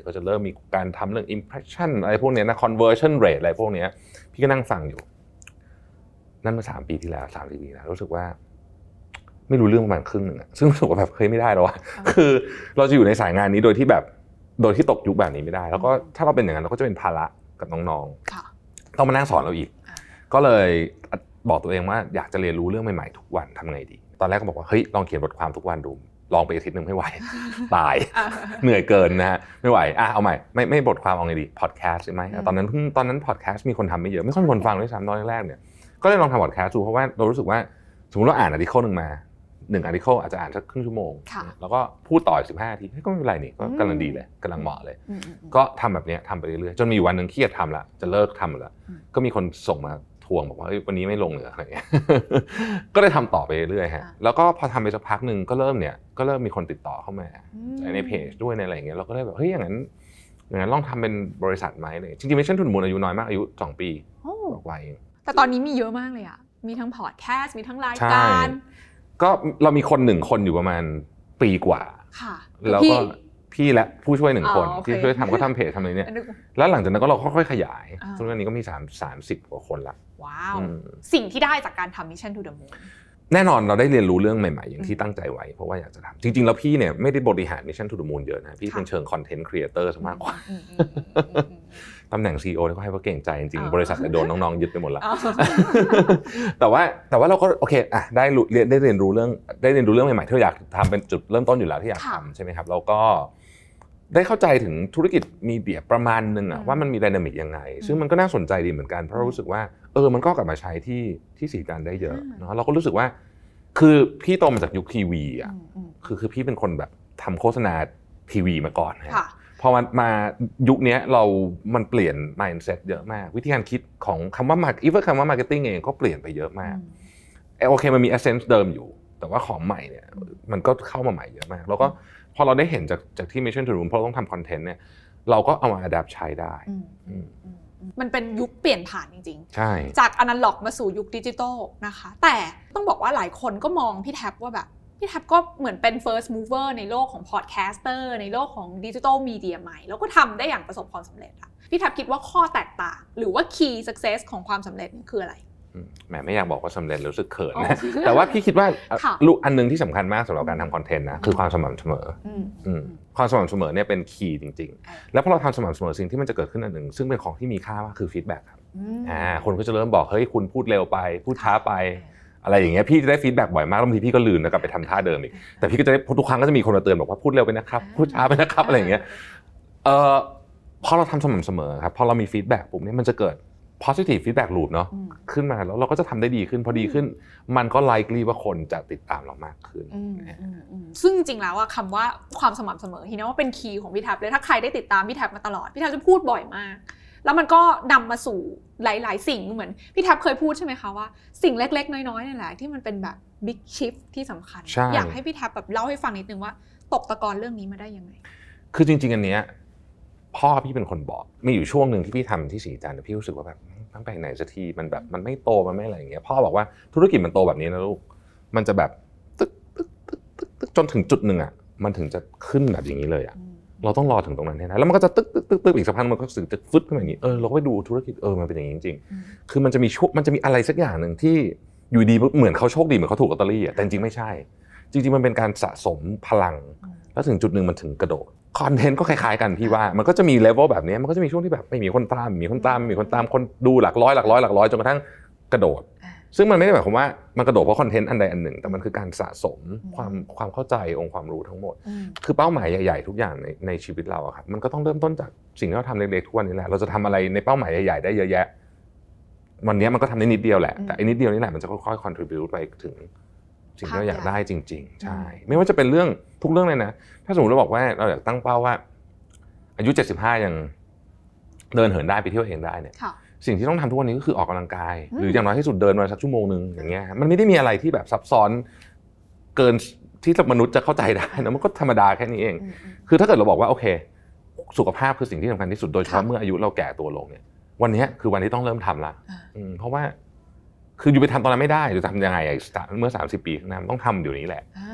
ก็จะเริ่มมีการทำเรื่อง impression อะไรพวกนี้นะ conversion rate อะไรพวกนี้พี่ก็นั่งฟังอยู่นั่นมาสามปีที่แล้วสามปีแล้วรู้สึกว่าไม่รู้เรื่องประมาณครึ่งนึงอ่ะซึ่งรู้สึกว่าแบบเฮ้ยไม่ได้แล้วอ่ะคือเราจะอยู่ในสายงานนี้โดยที่แบบโดยที่ตกยุคแบบนี้ไม่ได้แล้วก็ถ้าเราเป็นอย่างนั้นเราก็จะเป็นภาระกับน้องๆต้องมานั่งสอนเราอีกก็เลยบอกตัวเองว่าอยากจะเรียนรู้เรื่องใหม่ๆทุกวันทำไงดีตอนแรกก็บอกว่าเฮ้ยลองเขียนบทความทุกวันดูลองไปอาทิตย์นึงไม่ไหวตายเหนื่อยเกินนะฮะไม่ไหวอ่ะเอาใหม่ไม่ไม่บทความเอาไงดีพอดแคสต์ใช่ไหมตอนนั้นเพิ่งตอนนั้นพอดแคสต์มีคนทำไม่เยอะไม่ค่อยมีคนฟังด้วยซ้ำตอนแรกๆเนี่ยก็เลยลองทำพอดแคสต์ดูเพราะว่าเรารู้สึกว่าสมมติเราอ่านอาร์ติเคิลนึงมาหนึ่งอาร์ติเคิลอาจจะอ่านสักครึ่งชั่วโมงแล้วก็พูดต่ออีกสิบห้านาทีก็ไม่เป็นไรนี่ก็กำลังดีเลยกำลังเหมาะเลยก็ทำแบบนี้ทำไปเรื่อยๆจนมีวันนึงเครียดทำละจะเลิกทำละก็มีคนส่งมาทวงบอกว่าวันนี้ไม่ลงเหลืออะไรเงี้ยก็ได้ทำต่อไปเรื่อยๆฮะแล้วก็พอทำไปสักพักหนึ่งก็เริ่มเนี่ยก็เริ่มมีคนติดต่อเข้ามาในเพจด้วยในอะไรอย่างเงี้ยเราก็เลยแบบเฮ้ยอย่างนั้นอย่างนั้นลองทำเป็นบริษัทไหมเลยจริงๆMission to the Moonอายุน้อยมากอายุสองปีกว่าเองแต่ตอนนี้มีเยอะมากเลยอ่ะมีทั้งพอดแคสต์มีทั้งรายการก็เรามีคนหนึ่งคนอยู่ประมาณปีกว่าแล้วก็พี่และผู้ช่วยหนึ่งคนที่ช่วยทำก็ทำเพจทำอะไรเนี่ยแล้วหลังจากนั้นก็เราค่อยๆขยายซึ่งตอนนี้ก็มีสาม สามสิบกว่าคนละว้าวสิ่งที่ได้จากการทำ Mission to the Moon แน่นอนเราได้เรียนรู้เรื่องใหม่ๆอย่างที่ตั้งใจไว้เพราะว่าอยากจะทำจริงๆแล้วพี่เนี่ยไม่ได้บริหาร Mission to the Moon เยอะนะพี่เป็นเชิงคอนเทนต์ครีเอเตอร์ซะมากกว่าตำแหน่ง ซี อี โอ เนี่ยก็ให้เพราะเก่งใจจริงๆบริษัทโดนน้องๆยึดไปหมดแล้วแต่ว่าแต่ว่าเราก็โอเคอ่ะได้เรียนได้เรียนรู้เรื่องได้เรียนรู้เรื่องใหม่ๆที่เราอยากทำเป็นจุดเริ่มต้นอยู่แล้วที่อยากทำใช่ไหมครับเราก็ได้เข้าใจถึงธุรกิจมีเดียประมาณนึงอะว่ามันมีไดนามิกยังไงซึ่งมันก็น่าสนใจดีเหมือนกันเพราะเรารู้สึกว่าเออมันก็กลับมาใช้ที่ที่สีการได้เยอะเนาะเราก็รู้สึกว่าคือพี่โตมาจากยุคทีวีอะคือคือพี่เป็นคนแบบทำโฆษณาทีวีมาก่อนนะพอมามายุคนี้เรามันเปลี่ยน mindset เยอะมากวิธีการคิดของคำว่า market even คำว่า marketing เองก็เปลี่ยนไปเยอะมากโอเคมันมี essence เดิมอยู่แต่ว่าของใหม่เนี่ยมันก็เข้ามาใหม่เยอะมากแล้วก็พอเราได้เห็นจากจากที่ Mission to the Moon เพราะเราต้องทำคอนเทนต์เนี่ยเราก็เอามา adapt ใช้ได้มันเป็นยุคเปลี่ยนผ่านจริงๆใช่จากอนาล็อกมาสู่ยุคดิจิทัลนะคะแต่ต้องบอกว่าหลายคนก็มองพี่แท็บว่าแบบพี่แท็บก็เหมือนเป็น first mover ในโลกของ podcaster ในโลกของดิจิทัลมีเดียใหม่แล้วก็ทำได้อย่างประสบความสำเร็จอะพี่แท็บคิดว่าข้อแตกต่างหรือว่า key success ของความสำเร็จคืออะไรแหมไม่อยากบอกว่าสำเร็จรู้สึกเขินนะแต่ว่าพี่คิดว่าลูกอันนึงที่สำคัญมากสำหรับการทำคอนเทนต์นะคือความสม่ำเสมอความสม่ำเสมอเนี่ยเป็นคีย์จริงๆแล้วพอเราทำสม่ำเสมอสิ่งที่มันจะเกิดขึ้นอันหนึ่งซึ่งเป็นของที่มีค่ามากคือฟีดแบ็กครับอ่าคนก็จะเริ่มบอกเฮ้ยคุณพูดเร็วไปพูดช้าไปอะไรอย่างเงี้ยพี่จะได้ฟีดแบ็กบ่อยมากบางทีพี่ก็ลืมแล้วกลับไปทำท่าเดิมอีกแต่พี่ก็จะได้ทุกครั้งก็จะมีคนมาเตือนบอกว่าพูดเร็วไปนะครับพูดช้าไปนะครับอะไรอย่างเงี้ยเอ่อพอเราทำสม่ำเสมอครับพอเรามีฟีดแบ็กปุ๊บเนี่ยมันจะเกิดpositive feedback loop เนาะขึ้นมาแล้วเราก็จะทำได้ดีขึ้นพอดีขึ้นมันก็ likely ว่าคนจะติดตามเรามากขึ้นซึ่งจริงๆแล้วอะคำว่าความสม่ำเสมอที่นะว่าเป็นคีย์ของพี่แท็บเลยถ้าใครได้ติดตามพี่แท็บมาตลอดพี่แท็บจะพูดบ่อยมากแล้วมันก็นำมาสู่หลายๆสิ่งเหมือนพี่แท็บเคยพูดใช่ไหมคะว่าสิ่งเล็กๆน้อยๆนี่แหละที่มันเป็นแบบ big shift ที่สำคัญอยากให้พี่แท็บแบบเล่าให้ฟังนิดนึงว่าตกตะกอนเรื่องนี้มาได้ยังไงคือจริงๆอันเนี้ยพ่อพี่เป็นคนบอกมีอยู่ช่วงนึงที่พี่ทำที่ศรีจันทร์พี่รู้สึกว่าแบบตั้งแต่ไหนสักทีมันแบบมันไม่โตมันไม่อะไรอย่างเงี้ยพ่อบอกว่าธุรกิจมันโตแบบนี้นะลูกมันจะแบบตึ๊กตึ๊กตึ๊กตึ๊กตึ๊กจนถึงจุดนึงอ่ะมันถึงจะขึ้นแบบอย่างนี้เลยอ่ะเราต้องรอถึงตรงนั้นให้ได้แล้วมันก็จะตึ๊กตึ๊กตึ๊กตึ๊กอีกสักพักมันก็สึกจะฟึดขึ้นมาอย่างนี้เออเราก็ไปดูธุรกิจเออมันเป็นอย่างนี้จริงๆคือมันจะมีช่วงมันจะมีอะไรสักอย่างนึงที่อยู่ดีเหมือนเขาโชคดีเหมือนเขาถูกลอตเตอรี่อ่ะแต่จริงๆไม่ใช่จริงๆมันเป็นการสะสมพลังแล้วถึงจุดนึงมันถึงกระโดดคอนเทนต์ก็คล้ายๆกันพี่ว่ามันก็จะมีเลเวลแบบนี้มันก็จะมีช่วงที่แบบไม่มีคนตามมีคนตามมีคนตามคนดูหลักร้อยหลักร้อยหลักร้อยจนกระทั่งกระโดดซึ่งมันไม่ได้หมายความว่ามันกระโดดเพราะคอนเทนต์อันใดอันหนึ่งแต่มันคือการสะสมความความเข้าใจองค์ความรู้ทั้งหมดคือเป้าหมายใหญ่ๆทุกอย่างในในชีวิตเราอะครับมันก็ต้องเริ่มต้นจากสิ่งที่เราทำเล็กๆทุกวันนี้แหละเราจะทำอะไรในเป้าหมายใหญ่ๆได้เยอะแยะวันนี้มันก็ทำได้นิดเดียวแหละแต่อันนิดเดียวนี่แหละมันจะค่อยๆ contribute ไปถึงสิ่งที่เราอยากได้จริงๆใช่ไม่ว่าจะเป็นเรื่องทุกเรื่องเลยนะถ้าสมมติเราบอกว่าเราอยากตั้งเป้าว่าอายุเจ็ดสิบห้ายังเดินเหินได้ไปเที่ยวเองได้เนี่ยสิ่งที่ต้องทำทุกวันนี้ก็คือออกกำลังกายหรืออย่างน้อยที่สุดเดินมาสักชั่วโมงนึงอย่างเงี้ยมันไม่ได้มีอะไรที่แบบซับซ้อนเกินที่มนุษย์จะเข้าใจได้นะมันก็ธรรมดาแค่นี้เองคือถ้าเกิดเราบอกว่าโอเคสุขภาพคือสิ่งที่สำคัญที่สุดโดยเฉพาะเมื่ออายุเราแก่ตัวลงเนี่ยวันนี้คือวันที่ต้องเริ่มทำละเพราะว่าคืออยู่ไปทำตอนนั้นไม่ได้หรือทำยังไงเมื่อสามสิบปีข้างหน้าต้องทำเดี๋ยวนี้แหละ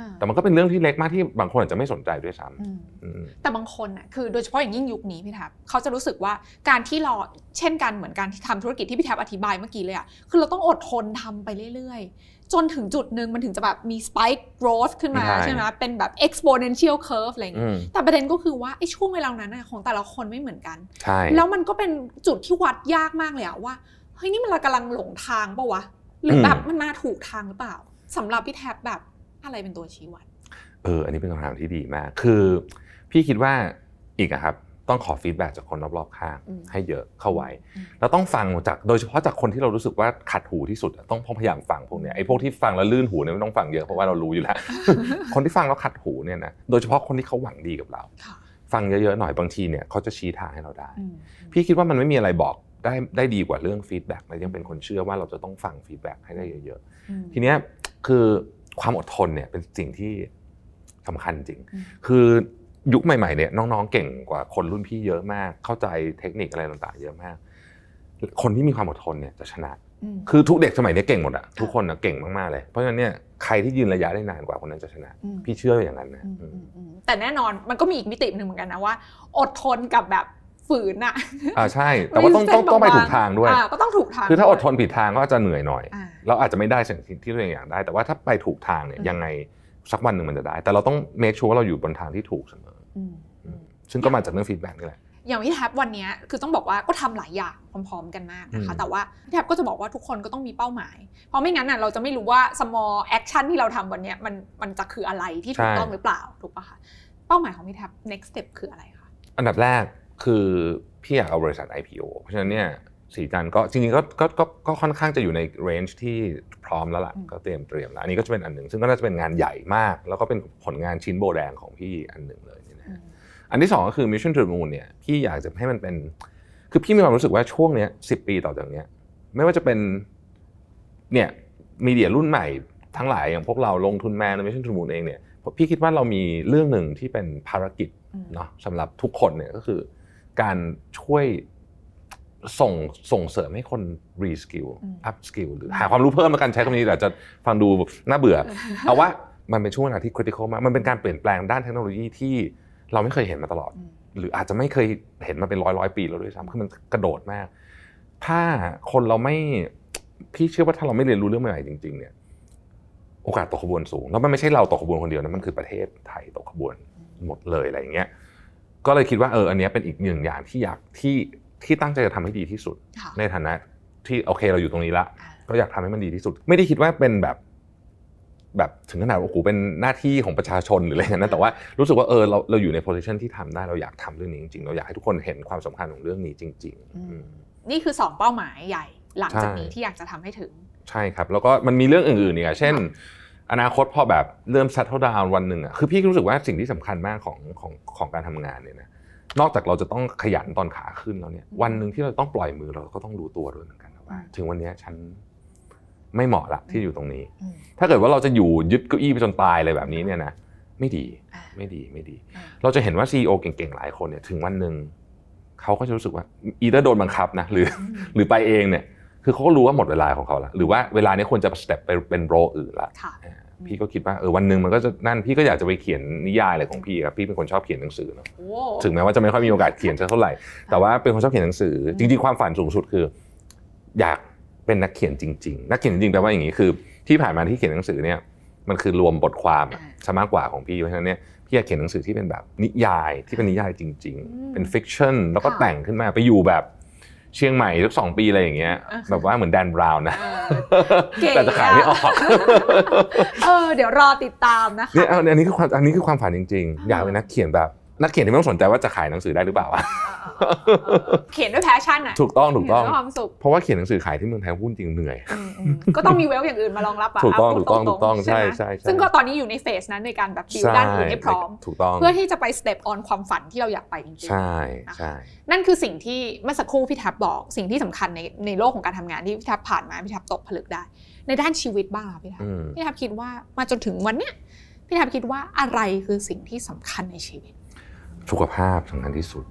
แต่มันก็เป็นเรื่องที่เล็กมากที่บางคนอาจจะไม่สนใจด้วยซ้ำแต่บางคนน่ะคือโดยเฉพาะอย่างยิ่งยุคนี้พี่แท็บเขาจะรู้สึกว่าการที่เราเช่นกันเหมือนการที่ทำธุรกิจที่พี่แท็บอธิบายเมื่อกี้เลยอ่ะคือเราต้องอดทนทำไปเรื่อยๆจนถึงจุดนึงมันถึงจะแบบมี spike growth ขึ้นมาใช่ไหมเป็นแบบ exponential curve อะไรอย่างเงี้ยแต่ประเด็นก็คือว่าไอ้ช่วงเวลานั้นของแต่ละคนไม่เหมือนกันแล้วมันก็เป็นจุดที่วัดยากมากเลยอะว่าเฮ้ยนี่มันเรากำลังหลงทางป่ะวะหรือแบบมันมาถูกทางหรือเปล่าสำหรับพี่แท็บแบบอะไรเป็นตัวชี้วัดเอออันนี้เป็นคำถามที่ดีมากคือพี่คิดว่าอีกอะครับต้องขอฟีดแบ็กจากคนรอบๆข้างให้เยอะเข้าไว้แล้วต้องฟังจากโดยเฉพาะจากคนที่เรารู้สึกว่าขัดหูที่สุดต้องพยายามฟังพวกเนี้ยไอ้พวกที่ฟังแล้วลื่นหูเนี่ยไม่ต้องฟังเยอะเพราะว่าเรารู้อยู่แล้ว คนที่ฟังแล้วขัดหูเนี่ยนะโดยเฉพาะคนที่เขาหวังดีกับเราฟังเยอะๆหน่อยบางทีเนี่ยเขาจะชี้ทางให้เราได้พี่คิดว่ามันไม่มีอะไรบอกได้ได้ดีกว่าเรื่องฟีดแบ็กและยังเป็นคนเชื่อว่าเราจะต้องฟังฟีดแบ็กให้ได้เยอะๆทีเนี้ยคือความอดทนเนี่ยเป็นสิ่งที่สำคัญจริงคือยุคใหม่ๆเนี่ยน้องๆเก่งกว่าคนรุ่นพี่เยอะมากเข้าใจเทคนิคอะไรต่างๆเยอะมากคนที่มีความอดทนเนี่ยจะชนะคือทุกเด็กสมัยนี้เก่งหมดอะทุกคนอะเก่งมากๆเลยเพราะฉะนั้นเนี่ยใครที่ยืนระยะได้นานกว่าคนนั้นจะชนะพี่เชื่ออย่างนั้นนะแต่แน่นอนมันก็มีอีกมิตินึงเหมือนกันนะว่าอดทนกับแบบฝืนอะอ่าใช่แต่ว่าต้องต้องต้องไปถูกทางด้วยก็ต้องถูกทางคือถ้าอดทนผิดทางก็จะเหนื่อยหน่อยเราอาจจะไม่ได้สิ่งที่ตัวเองอยากได้แต่ว่าถ้าไปถูกทางเนี่ยยังไงสักวันหนึ่งมันจะได้แต่เราต้องเมคชัวร์ว่าเราอยู่บนทางที่ถูกเสมอซึ่งก็มาจากเรื่องฟีดแบ็กนี่แหละอย่างพี่แท็บวันนี้คือต้องบอกว่าก็ทำหลายอย่างพร้อมๆกันมากนะคะแต่ว่าพี่แท็บก็จะบอกว่าทุกคนก็ต้องมีเป้าหมายเพราะไม่งั้นน่ะเราจะไม่รู้ว่า small action ที่เราทำวันนี้มันมันจะคืออะไรที่ถูกต้องหรือเปล่าถูกป่ะคะเป้าหมายของพี่แท็บ next step คืออะไรคะอันดับแรกคือพี่อยากเอาบริษัท ไอ พี โอ เพราะฉะนั้นเนี่ยสีจันก็จริงๆก็ก็ก็ก็ค่อนข้างจะอยู่ในเรนจ์ที่พร้อมแล้วล่ะก็เตรียมเตรียมแล้วอันนี้ก็จะเป็นอันหนึ่งซึ่งก็น่าจะเป็นงานใหญ่มากแล้วก็เป็นผลงานชิ้นโบแดงของพี่อันหนึ่งเลยนะอันที่สองก็คือ Mission to the Moon เนี่ยพี่อยากจะให้มันเป็นคือพี่มีความรู้สึกว่าช่วงนี้สิบปีต่อจากนี้ไม่ว่าจะเป็นเนี่ยมีเดียรุ่นใหม่ทั้งหลายอย่างพวกเราลงทุนมาใน Mission to the Moon เองเนี่ยพี่คิดว่าเรามีเรื่องหนึ่งที่เป็นภารกิจเนาะสำหรับทุกคนเนี่ยก็คือการช่วยส่งส่งเสริมให้คน re-skill up skill หรือหาความรู้เพิ่มมากันใช้คำนี้แต่จะฟังดูน่าเบื่อเอาว่ามันเป็นช่วงเวลาที่ critical มากมันเป็นการเปลี่ยนแปลงด้านเทคโนโลยีที่เราไม่เคยเห็นมาตลอดหรืออาจจะไม่เคยเห็นมาเป็นร้อยร้อยปีแล้วด้วยซ้ำคือมันกระโดดมากถ้าคนเราไม่พี่เชื่อว่าถ้าเราไม่เรียนรู้เรื่องใหม่ๆจริงๆเนี่ยโอกาสตกขบวนสูงแล้วมันไม่ใช่เราตกขบวนคนเดียวนะมันคือประเทศไทยตกขบวนหมดเลยอะไรอย่างเงี้ยก็เลยคิดว่าเอออันนี้เป็นอีกหนึ่งอย่างที่อยากที่ที่ตั้งใจจะทำให้ดีที่สุดในฐานะที่โอเคเราอยู่ตรงนี้ละก็อยากทำให้มันดีที่สุดไม่ได้คิดว่าเป็นแบบแบบถึงขนาดว่าโอ้โหเป็นหน้าที่ของประชาชนหรืออะไรอย่างนั้นแต่ว่ารู้สึกว่าเออเราเราอยู่ในโพสิชันที่ทำได้เราอยากทำเรื่องนี้จริงๆเราอยากให้ทุกคนเห็นความสำคัญของเรื่องนี้จริงๆนี่คือสองเป้าหมายใหญ่หลังจากนี้ที่อยากจะทำให้ถึงใช่ครับแล้วก็มันมีเรื่องอื่นๆอีกอ่ะเช่นอนาคตพอแบบเริ่ม settle down วันหนึ่งอ่ะคือพี่รู้สึกว่าสิ่งที่สำคัญมากของของของการทำงานเนี่ยนะนอกจากเราจะต้องขยันตอนขาขึ้นแล้วเนี่ยวันหนึ่งที่เราต้องปล่อยมือเราก็ต้องรู้ตัวด้วยเหมือนกันว่าถึงวันนี้ฉันไม่เหมาะละที่อยู่ตรงนี้ถ้าเกิดว่าเราจะอยู่ยึดเก้าอี้ไปจนตายอะไรแบบนี้เนี่ยนะไม่ดีไม่ดีไม่ดีเราจะเห็นว่า ซี อี โอ เก่งๆหลายคนเนี่ยถึงวันหนึ่งเขาก็จะรู้สึกว่าอีเตอร์โดนบังคับนะหรือหรือไปเองเนี่ยคือเขาก็รู้ว่าหมดเวลาของเขาละหรือว่าเวลานี้ควรจะสเต็ปไปเป็นโรอื่นละพี่ก็คิดว่าเออวันนึงมันก็จะนั่นพี่ก็อยากจะไปเขียนนิยายอะไรของพี่ครับพี่เป็นคนชอบเขียนหนังสือเนาะถึงแม้ว่าจะไม่ค่อยมีโอกาสเขียนสักเท่าไหร่แต่ว่าเป็นคนชอบเขียนหนังสือจริงๆความฝันสูงสุดคืออยากเป็นนักเขียนจริงๆนักเขียนจริงๆแปลว่าอย่างนี้คือที่ผ่านมาที่เขียนหนังสือเนี่ยมันคือรวมบทความซะมากกว่าของพี่เพราะฉะนั้นเนี่ยพี่อยากเขียนหนังสือที่เป็นแบบนิยายที่เป็นนิยายจริงๆเป็นฟิกชันแล้วก็แต่งขึ้นมาไปอยู่แบบเชียงใหม่สักสองปีอะไรอย่างเงี้ยแบบว่าเหมือนแดนบราวน์นะแต่จะขายไม่ออกเออเดี๋ยวรอติดตามนะคะเนี่ยอันนี้คือความอันนี้คือความฝันจริงๆอยากเป็นนักเขียนแบบนักเขียนที่ไม่ต้องสนใจว่าจะขายหนังสือได้หรือเปล่าเขียนด้วยแพชชั่นอ่ะถูกต้องถูกต้องความสุขเพราะว่าเขียนหนังสือขายที่เมืองไทยหุ้นจริงเหนื่อยก็ต้องมีเวลอย่างอื่นมารองรับอ่ะถูกต้องถูกต้องถูกต้องใช่ใช่ซึ่งก็ตอนนี้อยู่ในเฟสนั้นในการแบบบิวด้านอื่นให้พร้อมถูกต้องเพื่อที่จะไปสเต็ปออนความฝันที่เราอยากไปจริงๆใช่ใช่นั่นคือสิ่งที่เมื่อสักครู่พี่แท็บบอกสิ่งที่สำคัญในในโลกของการทำงานที่พี่แท็บผ่านมาพี่แท็บตกผลึกได้ในด้านชีวิตบ้างพี่แท็บพี่แท็บคิดว่ามาจนถึงวันเนี้ยพี่แท็บคิดว่าอะไรคือสิ่งที่สำคัญในชีวิตสุขภาพสำคัญที่สุด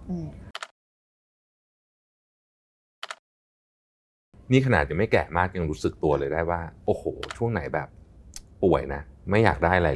นี่ขนาดยังไม่แก่มากยังรู้สึกตัวเลยได้ว่าโอ้โหช่วงไหนแบบป่วยนะไม่อยากได้อะไรเลย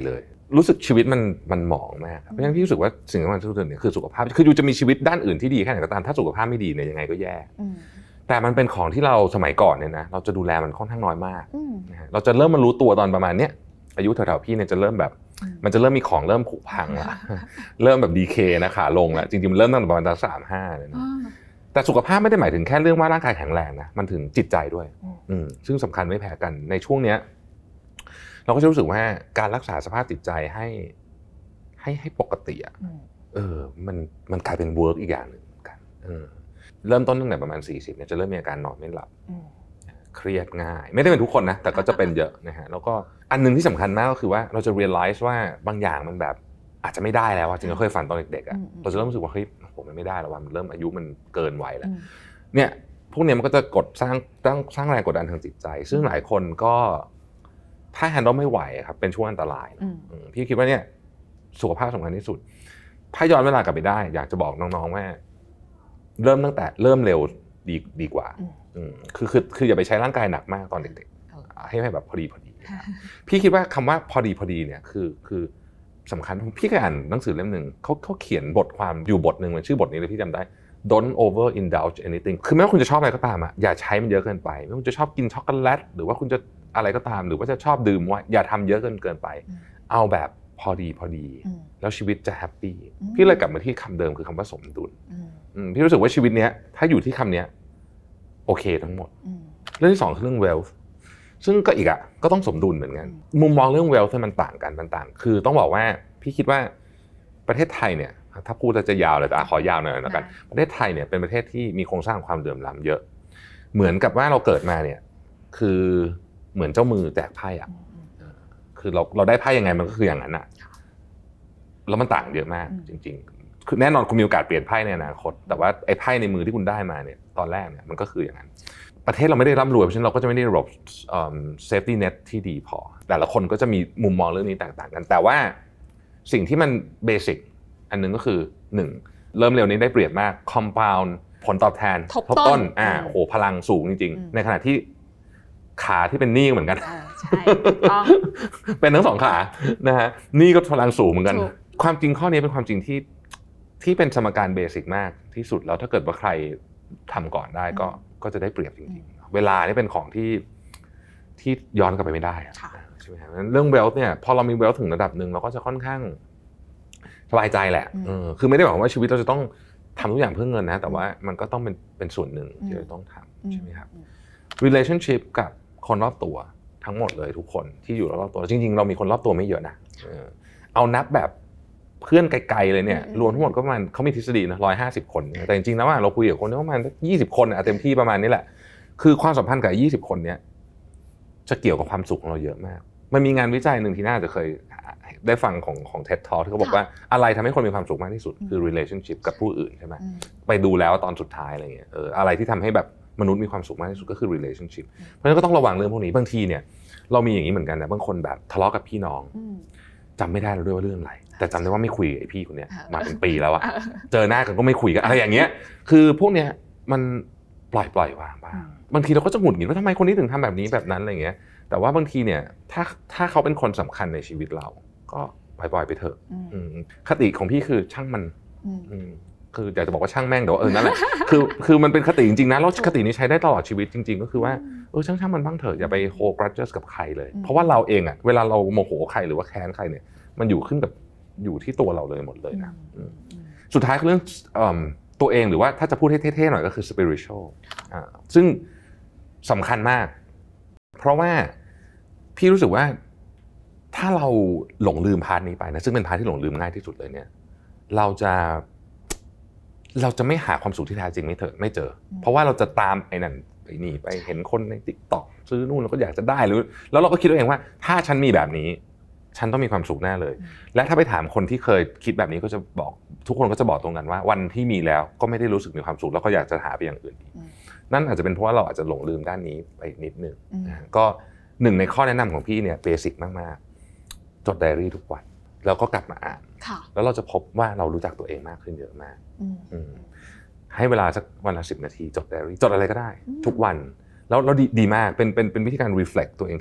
รู้สึกชีวิตมันมันหมองมากเพราะฉะนั้นพี่รู้สึกว่าสิ่งสำคัญที่สุดเนี่ยคือสุขภาพคืออยู่จะมีชีวิตด้านอื่นที่ดีแค่ไหนก็ตามถ้าสุขภาพไม่ดีเนี่ยยังไงก็แย่แต่มันเป็นของที่เราสมัยก่อนเนี่ยนะเราจะดูแลมันค่อนข้างน้อยมากนะฮะเราจะเริ่มมารู้ตัวตอนประมาณเนี้ยอายุแถวๆพี่เนี่ยจะเริ่มแบบมันจะเริ่มมีของเริ่มผุพังละเริ่มแบบดีเคนะขาลงละจริงๆมันเริ่มตั้งแต่ประมาณสามห้าเลยนะแต่สุขภาพไม่ได้หมายถึงแค่เรื่องว่าร่างกายแข็งแรงนะมันถึงจิตใจด้วยอืมซึ่งสำคัญไม่แพ้กันในช่วงเนี้ยเราก็จะรู้สึกว่าการรักษาสภาพจิตใจให้ให้ให้ปกติอ่ะเออมันมันกลายเป็นเวิร์กอีกอย่างหนึ่งกันเออเริ่มต้นตั้งแต่ประมาณสี่สิบเนี่ยจะเริ่มมีอาการนอนไม่หลับเครียดง่ายไม่ได้เป็นทุกคนนะแต่ก็จะเป็นเยอะนะฮะแล้วก็อันนึงที่สำคัญมากก็คือว่าเราจะ realize ว่าบางอย่างมันแบบอาจจะไม่ได้แล้วจริงๆเราเคยฝันตอนเด็กๆอ่ะเราจะเริ่มรู้สึกว่าเฮ้ยผมมันไม่ได้แล้วว่ามันเริ่มอายุมันเกินวัยแล้วเนี่ยพวกเนี้ยมันก็จะกดสร้างสร้างสร้างแรงกดดันทางจิตใจซึ่งหลายคนก็ถ้าแฮนด์ลไม่ไหวครับเป็นช่วงอันตรายพี่คิดว่าเนี่ยสุขภาพสำคัญที่สุดถ้าย้อนเวลากลับไปได้อยากจะบอกน้องๆว่าเริ่มตั้งแต่เริ่มเร็วดีดีกว่าคือคือคืออย่าไปใช้ร่างกายหนักมากตอนเด็กๆให้ให้แบบพอดีพอดีพี่คิดว่าคำว่าพอดีพอดีเนี่ยคือคือสำคัญพี่เคยอ่านหนังสือเล่มหนึ่งเขาเขาเขียนบทความอยู่บทหนึ่งมันชื่อบทนี้เลยพี่จำได้ don't over indulge anything คือไม่ว่าคุณจะชอบอะไรก็ตามอ่ะอย่าใช้มันเยอะเกินไปไม่ว่าคุณจะชอบกินช็อกโกแลตหรือว่าคุณจะอะไรก็ตามหรือว่าจะชอบดื่มว่าอย่าทำเยอะเกินเกินไปเอาแบบพอดีพอดีแล้วชีวิตจะแฮปปี้พี่เลยกลับมาที่คำเดิมคือคำว่าสมดุลพี่รู้สึกว่าชีวิตเนี้ยถ้าอยู่ที่คำเนี้ยโอเคทั้งหมดเรื่องที่สองคือเรื่อง wealth ซึ่งก็อีกอ่ะก็ต้องสมดุลเหมือนกันมุมมองเรื่อง wealth มันต่างกันมันต่างคือต้องบอกว่าพี่คิดว่าประเทศไทยเนี่ยถ้าพูดจะยาวเลยแต่ขอยาวหน่อยแล้วกันประเทศไทยเนี่ยเป็นประเทศที่มีโครงสร้างความเหลื่อมล้ำเยอะเหมือนกับว่าเราเกิดมาเนี่ยคือเหมือนเจ้ามือแจกไพ่อ่ะคือเราเราได้ไพ่ยังไงมันก็คืออย่างนั้นอ่ะแล้วมันต่างเยอะมากจริงๆคือแน่นอนคุณมีโอกาสเปลี่ยนไพ่ในอนาคตแต่ว่าไอ้ไพ่ในมือที่คุณได้มาเนี่ยตอนแรกเนี่ยมันก็คืออย่างนั้นประเทศเราไม่ได้ร่ำรวยเพราะฉะนั้นเราก็จะไม่ได้ระบบเอ่อ safety net ที่ดีพอแต่ละคนก็จะมีมุมมองเรื่องนี้แตกต่างกันแต่ว่าสิ่งที่มันเบสิกอันนึงก็คือหนึ่งเริ่มเร็วนี้ได้เปรียบมาก compound ผลตอบแทนทบต้นอ่าโอ้โหพลังสูงจริงๆในขณะที่ขาที่เป็นหนี้เหมือนกันใช่ต้องเป็นทั้งสองขานะฮะหนี้ก็พลังสูงเหมือนกันความจริงข้อนี้เป็นความจริงที่ที่เป็นสมการเบสิกมากที่สุดแล้วถ้าเกิดว่าใครทำก่อนได้ก็ก็จะได้เปรียบจริงๆเวลานี่เป็นของที่ที่ย้อนกลับไปไม่ได้ใช่ไหมครับเรื่อง wealth เนี่ยพอเรามี wealth ถึงระดับหนึ่งเราก็จะค่อนข้างสบายใจแหละคือไม่ได้บอกว่าชีวิตเราจะต้องทำทุกอย่างเพื่อเงินนะแต่ว่ามันก็ต้องเป็นเป็นส่วนหนึ่งที่เราต้องทำใช่ไหมครับ relationship กับคนรอบตัวทั้งหมดเลยทุกคนที่อยู่รอบตัวจริงๆเรามีคนรอบตัวไม่เยอะนะเอานับแบบเพื่อนไกลๆเลยเนี่ยรวมทั้งหมดก็ประมาณเขามีทฤษฎีนะหนึ่งร้อยห้าสิบคนแต่จริงๆแล้วเราคุยกับคนประมาณยี่สิบคนเต็มที่ประมาณนี้แหละคือความสัมพันธ์กับยี่สิบคนเนี้ยจะเกี่ยวกับความสุขของเราเยอะมากมันมีงานวิจัยหนึ่งที่น่าจะเคยได้ฟังของของ เท็ด Talk ที่เขาบอกว่าอะไรทำให้คนมีความสุขมากที่สุดคือ relationship กับผู้อื่นใช่ไหมไปดูแล้วตอนสุดท้ายอะไรเงี้ยเอออะไรที่ทำให้แบบมนุษย์มีความสุขมากที่สุดก็คือ relationship เพราะฉะนั้นก็ต้องระวังเรื่องพวกนี้บางทีเนี่ยเรามีอย่างนี้เหมือนกันนะบางคนแบบทะเลาะกับพี่น้องจำไม่ได้แล้วด้วยว่าเรื่องอะไรแต่จำได้ว่าไม่คุยกับไอ้พี่คนเนี้ยมาเป็นปีแล้วอะเจอหน้ากันก็ไม่คุยกันอะไรอย่างเงี้ยคือพวกเนี้ยมันปล่อยปล่อยวางบ้างบางทีเราก็จะหงุดหงิดว่าทำไมคนนี้ถึงทำแบบนี้แบบนั้นอะไรเงี้ยแต่ว่าบางทีเนี่ยถ้าถ้าเขาเป็นคนสำคัญในชีวิตเราก็ปล่อยๆไปเถอะคติของพี่คือช่างมันคืออยากจะบอกว่าช่างแม่งแต่ว่าเออนั่นแหละคือคือมันเป็นคติจริงๆนะแล้วคตินี้ใช้ได้ตลอดชีวิตจริงๆก็คือว่าเออช่างๆมันบ้างเถอะอย่าไปโฮกรัดเจสกับใครเลยเพราะว่าเราเองอ่ะเวลาเราโมโหใครหรือว่าแค้นใครเนี่ยมันอยู่ขึ้นกับอยู่ที่ตัวเราเลยหมดเลยนะสุดท้ายคือเรื่องตัวเองหรือว่าถ้าจะพูดให้เท่ๆหน่อยก็คือ spiritual อ่าซึ่งสำคัญมากเพราะว่าพี่รู้สึกว่าถ้าเราหลงลืมพาร์ทนี้ไปนะซึ่งเป็นพาร์ทที่หลงลืมง่ายที่สุดเลยเนี่ยเราจะเราจะไม่หาความสุขที่แท้จริงไม่เถอะไม่เจอเพราะว่าเราจะตามไอ้นั่นไอ้นี่ไปเห็นคนใน TikTok ซื้อนู่นเราก็อยากจะได้หรือแล้วเราก็คิดเองว่าถ้าฉันมีแบบนี้ฉันต้องมีความสุขแน่เลยและถ้าไปถามคนที่เคยคิดแบบนี้ก็จะบอกทุกคนก็จะบอกตรงกันว่าวันที่มีแล้วก็ไม่ได้รู้สึกมีความสุขแล้วก็อยากจะหาไปอย่างอื่นนั่นอาจจะเป็นเพราะว่าเราอาจจะหลงลืมด้านนี้ไปนิดนึงก็หนึ่งในข้อแนะนำของพี่เนี่ยเบสิกมากๆจดไดอารี่ทุกวันแล้วก็กลับมาอ่านแล้วเราจะพบว่าเรารู้จักตัวเองมากขึ้นเยอะมากให้เวลาสักวันละสิบนาทีจดไดอารี่จดอะไรก็ได้ทุกวันแล้วเราดีดีมากเป็นเป็นเป็นวิธีการ reflect ตัวเองที่ดี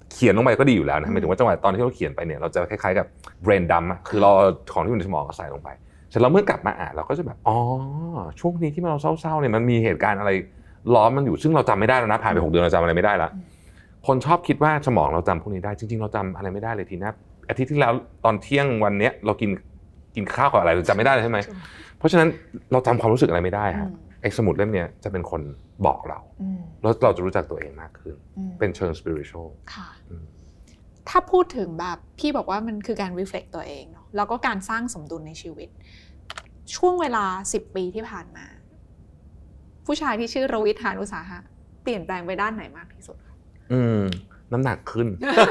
เขียนลงไปก็ดีอยู่แล้วนะหมายถึงว่าจังหวะตอนที่เราเขียนไปเนี่ยเราจะคล้ายๆกับ brain dump อะคือเราของที่อยู่ในสมองเราใส่ลงไปเสร็จแล้วเมื่อกลับมาอ่านเราก็จะแบบอ๋อช่วงนี้ที่เราเศร้าๆเนี่ยมันมีเหตุการณ์อะไรล้อมมันอยู่ซึ่งเราจำไม่ได้แล้วนะผ่านไปหกเดือนเราจำอะไรไม่ได้แล้วคนชอบคิดว่าสมองเราจำพวกนี้ได้จริงๆเราจำอะไรไม่ได้เลยทีนะอาทิตย์ที่แล้วตอนเที่ยงวันเนี้ยเรากินกินข้าวกับอะไรเราจำไม่ได้เลยใช่ไหมเพราะฉะนั้นเราจำความรู้สึกอะไรไม่ได้ครับไอ้สมุดเล่มนี้จะเป็นคนบอกเราแล้วเราจะรู้จักตัวเองมากขึ้นเป็นเชิง spiritual ค่ะถ้าพูดถึงแบบพี่บอกว่ามันคือการ reflect ตัวเองเนาะแล้วก็การสร้างสมดุลในชีวิตช่วงเวลาสิบปีที่ผ่านมาผู้ชายที่ชื่อรวิทย์ หาญอุตสาหะเปลี่ยนแปลงไปด้านไหนมากที่สุดอืมน้ำหนักขึ้น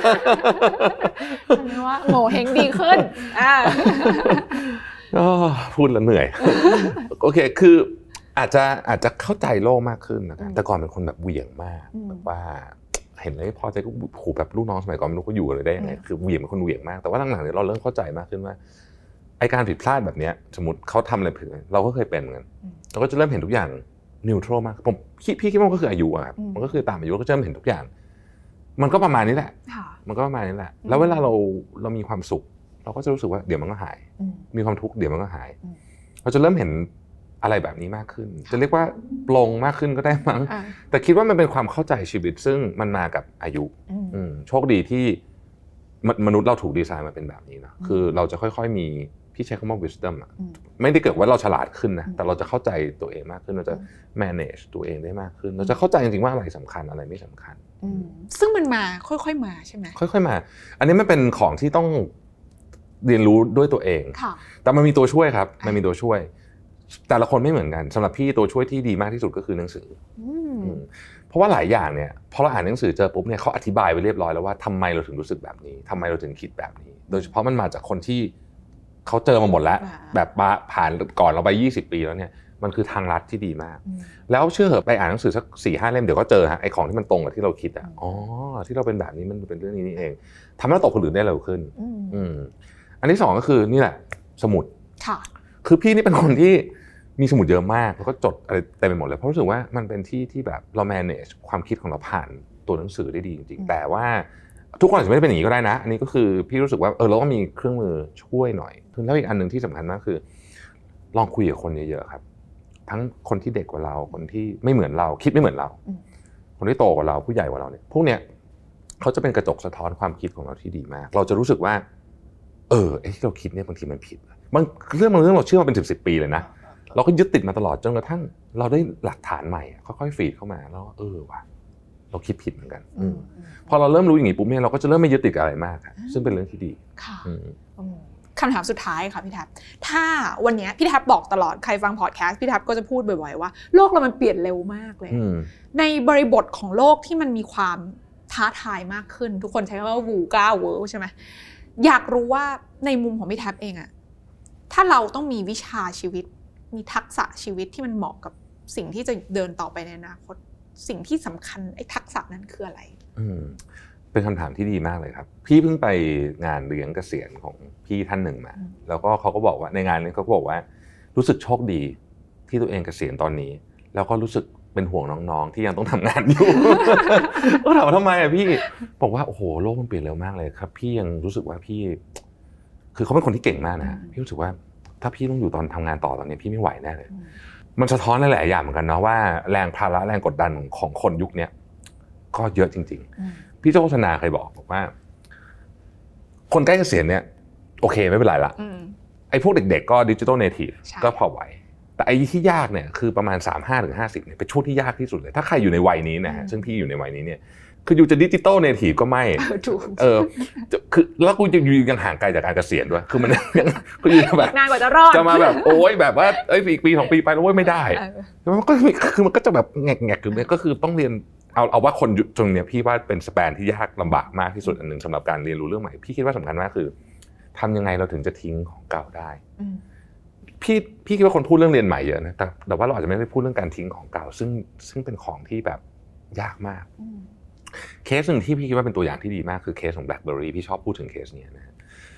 เรียกว่าโง่เฮงดีขึ้นอ่าก็พูดแล้วเหนื่อยโอเคคืออาจจะอาจจะเข้าใจโลกมากขึ้นนะครับแต่ก่อนเป็นคนแบบเหวี่ยงมากแบบว่าเห็นเลยพอใจก็ขู่แบบลูกน้องสมัยก่อนไม่รู้เขาอยู่อะไรได้ยังไงคือเหวี่ยงเป็นคนเหวี่ยงมากแต่ว่าหลังๆเนี่ยเราเริ่มเข้าใจมากขึ้นว่าไอ้การผิดพลาดแบบนี้สมมติเขาทำอะไรผิดเราก็เคยเป็นเหมือนกันเราก็จะเริ่มเห็นทุกอย่างนิวทรัลมากผมพี่คิดว่ามันก็คืออายุอะครับมันก็คือตามอายุก็จะเริ่มเห็นทุกอย่างมันก็ประมาณนี้แหละมันก็ประมาณนี้แหละแล้วเวลาเราเรามีความสุขเราก็จะรู้สึกว่าเดี๋ยวมันก็หายมีความทุกข์เดี๋ยวมันก็หายเราจะเริ่มเห็นอะไรแบบนี้มากขึ้นจะเรียกว่าปลงมากขึ้นก็ได้มั้งแต่คิดว่ามันเป็นความเข้าใจชีวิตซึ่งมันมากับอายุโชคดีที่มนุษย์เราถูกดีไซน์มาเป็นแบบนี้นะคือเราจะค่อยๆมีพี่ใช้คำว่า wisdom อ่ะไม่ได้เกิดว่าเราฉลาดขึ้นนะแต่เราจะเข้าใจตัวเองมากขึ้นเราจะ manage ตัวเองได้มากขึ้นเราจะเข้าใจจริงๆว่าอะไรสำคัญอะไรไม่สำคัญซึ่งมันมาค่อยๆมาใช่ไหมค่อยๆมาอันนี้มันเป็นของที่ต้องเรียนรู้ด้วยตัวเองแต่มันมีตัวช่วยครับมันมีตัวช่วยแต่ละคนไม่เหมือนกันสำหรับพี่ตัวช่วยที่ดีมากที่สุดก็คือหนังสือเพราะว่าหลายอย่างเนี่ยพอเราอ่านหนังสือเจอปุ๊บเนี่ยเขาอธิบายไว้เรียบร้อยแล้วว่าทำไมเราถึงรู้สึกแบบนี้ทำไมเราถึงคิดแบบนี้โดยเฉพาะมันมาจากคนที่เขาเจอมาหมดแล้วแบบผ่านก่อนเราไปยี่สิบปีแล้วเนี่ยมันคือทางลัดที่ดีมากแล้วเชื่อเหอะไปอ่านหนังสือสัก สี่ห้า เล่มเดี๋ยวก็เจอฮะไอ้ของที่มันตรงกับที่เราคิดอ่ะอ๋อที่เราเป็นแบบนี้มันเป็นเรื่องนี้นี่เองทำให้เราตกผลึกได้เร็วขึ้นอืมอันที่สองก็คือนี่แหละสมุดค่ะคือพี่นี่เป็นคนที่มีสมุดเยอะมากแล้วก็จดอะไรเต็มไปหมดเลยเพราะรู้สึกว่ามันเป็นที่ที่แบบเรา manage ความคิดของเราผ่านตัวหนังสือได้ดีจริงๆแต่ว่าทุกคนอาจจะไม่ได้เป็นอย่างนี้ก็ได้นะอันนี้ก็คือพี่รู้สึกว่าเออเราก็มีเครื่องมือช่วยหน่อยแล้วอีกอันนึงที่สำคัญมากคือลองคุยกับคนเยอะๆครับทั้งคนที่เด็กกว่าเราคนที่ไม่เหมือนเราคิดไม่เหมือนเราคนที่โตกว่าเราผู้ใหญ่กว่าเราเนี่ยพวกเนี้ยเขาจะเป็นกระจกสะท้อนความคิดของเราที่ดีมากเราจะรู้สึกว่าเออไอ้ที่เราคิดเนี่ยบางทีมันผิดบางเรื่องบางเรื่องเราเชื่อมาเป็นสิบสิบปีเลยนะเราก็ยึดติดมาตลอดจนกระทั่งเราได้หลักฐานใหม่ค่อยๆฟีดเข้ามาแล้วเออว่ะเราคิดผิดเหมือนกันพอเราเริ่มรู้อย่างนี้ปุ๊บเนี่ยเราก็จะเริ่มไม่ยึดติดกับอะไรมากซึ่งเป็นเรื่องที่ดีค่ะคำถามสุดท้ายค่ะพี่แท็บถ้าวันนี้พี่แท็บบอกตลอดใครฟังพอดแคสต์พี่แท็บก็จะพูดบ่อยๆว่าโลกเรามันเปลี่ยนเร็วมากเลยในบริบทของโลกที่มันมีความท้าทายมากขึ้นทุกคนใช้คำว่าวูก้าเวิร์ใช่ไหมอยากรู้ว่าในมุมของพี่แท็บเองอะถ้าเราต้องมีวิชาชีวิตมีทักษะชีวิตที่มันเหมาะกับสิ่งที่จะเดินต่อไปในอนาคตสิ่งที่สำคัญไอ้ทักษะนั้นคืออะไรอืมเป็นคำถามที่ดีมากเลยครับพี่เพิ่งไปงานเลี้ยงเกษียณของพี่ท่านหนึ่งมาแล้วก็เขาก็บอกว่าในงานนี้เขาก็บอกว่ารู้สึกโชคดีที่ตัวเองเกษียณตอนนี้แล้วก็รู้สึกเป็นห่วงน้องๆที่ยังต้องทำงานอยู่ ก็ถามว่าทำไมอ่ะพี่บอกว่าโอ้โหโลกมันเปลี่ยนเร็วมากเลยครับพี่ยังรู้สึกว่าพี่คือเขาเป็นคนที่เก่งมากนะพี่รู้สึกว่าถ้าพี่ต้องอยู่ตอนทำงานต่อตอนนี้พี่ไม่ไหวแน่เลยมันสะท้อนหลายๆอย่างเหมือนกันเนาะว่าแรงภาระแรงกดดันของคนยุคนี้ก็เยอะจริงๆพี่โจโฆษณาเคยบอกบอกว่าคนใกล้เกษียณเนี่ยโอเคไม่เป็นไรละไอ้พวกเด็กๆก็ดิจิทัลเนทีฟก็พอไหวแต่ไอ้ที่ยากเนี่ยคือประมาณสามสิบห้าถึงห้าสิบเนี่ยเป็นช่วงที่ยากที่สุดเลยถ้าใครอยู่ในวัยนี้นะฮะซึ่งพี่อยู่ในวัยนี้เนี่ยคืออยู่จะดิจิทัลเนทีฟก็ไม่เออคือแล้วกูจะอยู่ยังห่างไกลจากการเกษียณด้วยคือมันยังคืออยู่แบบนานกว่าจะรอดจะมาแบบโอ๊ยแบบว่าเอ้ยอีกปีสองปีไปแล้วโอ๊ยไม่ได้มันก็คือมันก็จะแบบแงกๆคือก็คือต้องเรียนเอาเอาว่าคนตรงเนี้ยพี่ว่าเป็นสแปนที่ยากลำบากมากที่สุดอันนึงสำหรับการเรียนรู้เรื่องใหม่พี่คิดว่าสำคัญมากคือทำยังไงเราถึงจะทิ้งของเก่าได้พี่พี่คิดว่าคนพูดเรื่องเรียนใหม่เยอะนะแต่แต่ว่าเราอาจจะไม่ได้พูดเรื่องการทิ้งของเก่าซึ่งซึ่งเป็นของที่แบบยากมากเคสหนึ่งที่พี่คิดว่าเป็นตัวอย่างที่ดีมากคือเคสของ BlackBerry พี่ชอบพูดถึงเคสนี้นะฮะ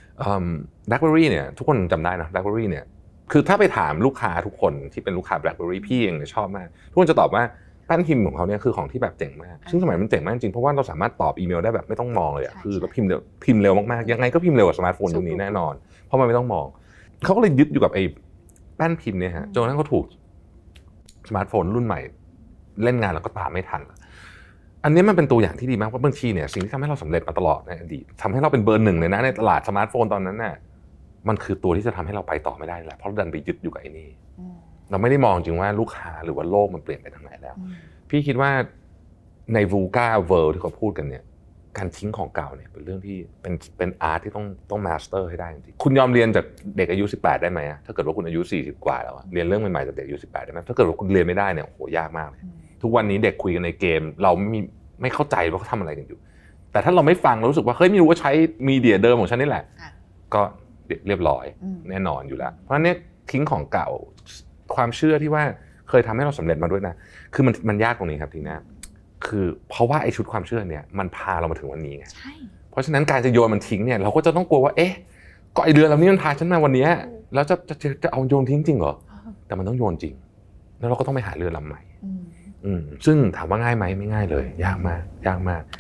BlackBerry เนี่ยทุกคนจำได้นะ BlackBerry เนี่ยคือถ้าไปถามลูกค้าทุกคนที่เป็นลูกค้า BlackBerry พี่เองเนี่ยชอบมากทุกคนจะตอบว่าแป้นพิมพ์ของเขาเนี่ยคือของที่แบบเจ๋งมากซึ่งสมัยมันเจ๋งมากจริงเพราะว่าเราสามารถตอบอีเมลได้แบบไม่ต้องมองเลยอ่ะคือเราพิมพ์เร็วพิมพ์เร็วมากๆยังไงก็พิมพ์เร็วกว่าสมาร์ทโฟนยุคนี้แน่นอนเพราะมันไม่ต้องมองเขาก็เลยยึดอยู่กับไอ้แป้นพิมพ์เนี่ยฮะจนกระทั่งเขาถูกสมาร์ทโฟนรุ่นใหม่เล่นงานแล้วก็ตามไม่ทันอันนี้มันเป็นตัวอย่างที่ดีมากว่าบางทีเนี่ยสิ่งที่ทำให้เราสำเร็จมาตลอดในอดีตทำให้เราเป็นเบอร์หนึ่งเลยนะในตลาดสมาร์ทโฟนตอนนั้นน่ะมันคือตัวที่จะทำให้เราไปต่อไม่ได้แหละเพราะเราดันไปยึดอยู่กับไอ้นี่เราไม่ได้มองจริงว่าลูกค้าหรือว่าโลกมันเปลี่ยนไปทางไหนแล้วพี่คิดว่าใน Vulga World ที่เขาพูดกันเนี่ยการทิ้งของเก่าเนี่ยเป็นเรื่องที่เป็นเป็นอาร์ตที่ต้องต้องมาสเตอร์ให้ได้จริงๆคุณยอมเรียนจากเด็กอายุสิบแปดได้ไหมถ้าเกิดว่าคุณอายุสี่สิบกว่าแล้วเรียนเรื่องใหม่ๆจากเด็กอายุสิบแปดได้ไหมถ้าเกิดว่าคุณเรียนไม่ได้เนี่ยโอ้โหยากมากเลยทุกวันนี้เด็กคุยกันในเกมเราไม่มีไม่เข้าใจว่าเขาทำอะไรกันอยู่แต่ถ้าเราไม่ฟังเรารู้สึกว่าเฮ้ยไม่รู้ว่าใช้มีเดียเดิมของฉันนี่แหละก็เรียบร้อยแน่นอนอยู่แล้วเพราะฉะนั้นทิ้งของเก่าความเชื่อที่ว่าเคยทำให้เราสำเร็จมาด้วยนะคือมันมันยากตรงนี้ครับทีน่าคือเพราะว่าไอ้ชุดความเชื่อเนี่ยมันพาเรามาถึงวันนี้ไงเพราะฉะนั้นการจะโยนมันทิ้งเนี่ยเราก็จะต้องกลัวว่าเอ๊ะก็ไอเรือลำนี้มันพาฉันมาวันนี้แล้วจะจะจะเอาโยนทิ้งจริงเหรอแต่มันต้องโยนจริงแล้วเราก็ต้องไปหาเรือลำใหม่อืมซึ่งถามว่าง่ายไหมไม่ง่ายเลยยากมากยากมาก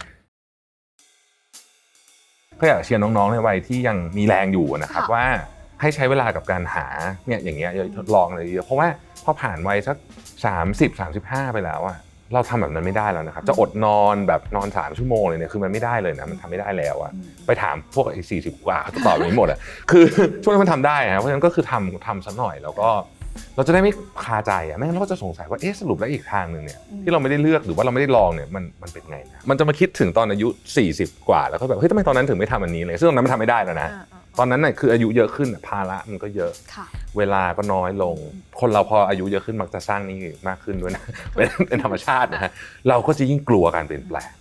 ก็อยากเชียร์น้องๆในวัยที่ยังมีแรงอยู่นะครับว่าให้ใช้เวลากับการหาเนี่ยอย่างเงี้ยทดลองอะไรเยอะเพราะว่าพอผ่านวัยสักสามสิบ สามสิบห้าไปแล้วอะเราทำแบบนั้นไม่ได้แล้วนะครับจะอดนอนแบบนอนสามชั่วโมงเลยเนี่ยคือมันไม่ได้เลยนะมันทำไม่ได้แล้วอะไปถามพวกไอ้สี่สิบกว่าเขาจะตอบแบบนี้หมดอะคือช่วงนั้นมันทำได้ครับเพราะฉะนั้นก็คือทำทำซะหน่อยแล้วก็เราจะได้ไม่คาใจอะไม่งั้นเราก็จะสงสัยว่าเอ๊ะสรุปแล้วอีกทางนึงเนี่ยที่เราไม่ได้เลือกหรือว่าเราไม่ได้ลองเนี่ยมันมันเป็นไงนะมันจะมาคิดถึงตอนอายุสี่สิบกว่าแล้วก็แบบเฮ้ยทำไมตอนนั้นถึงไม่ทำอันนี้เลยซึ่งตอนนั้นมันทำไม่ได้แล้วนะตอนนั้นน่ะคืออายุเยอะขึ้นภาระมันก็เยอะเวลาก็น้อยลงคนเราพออายุเยอะขึ้นมักจะสร้างหนี้มากขึ้นด้วยนะเป็นธรรมชาตินะฮะเราก็จะยิ่งกลัวการเปลี่ยนแปลง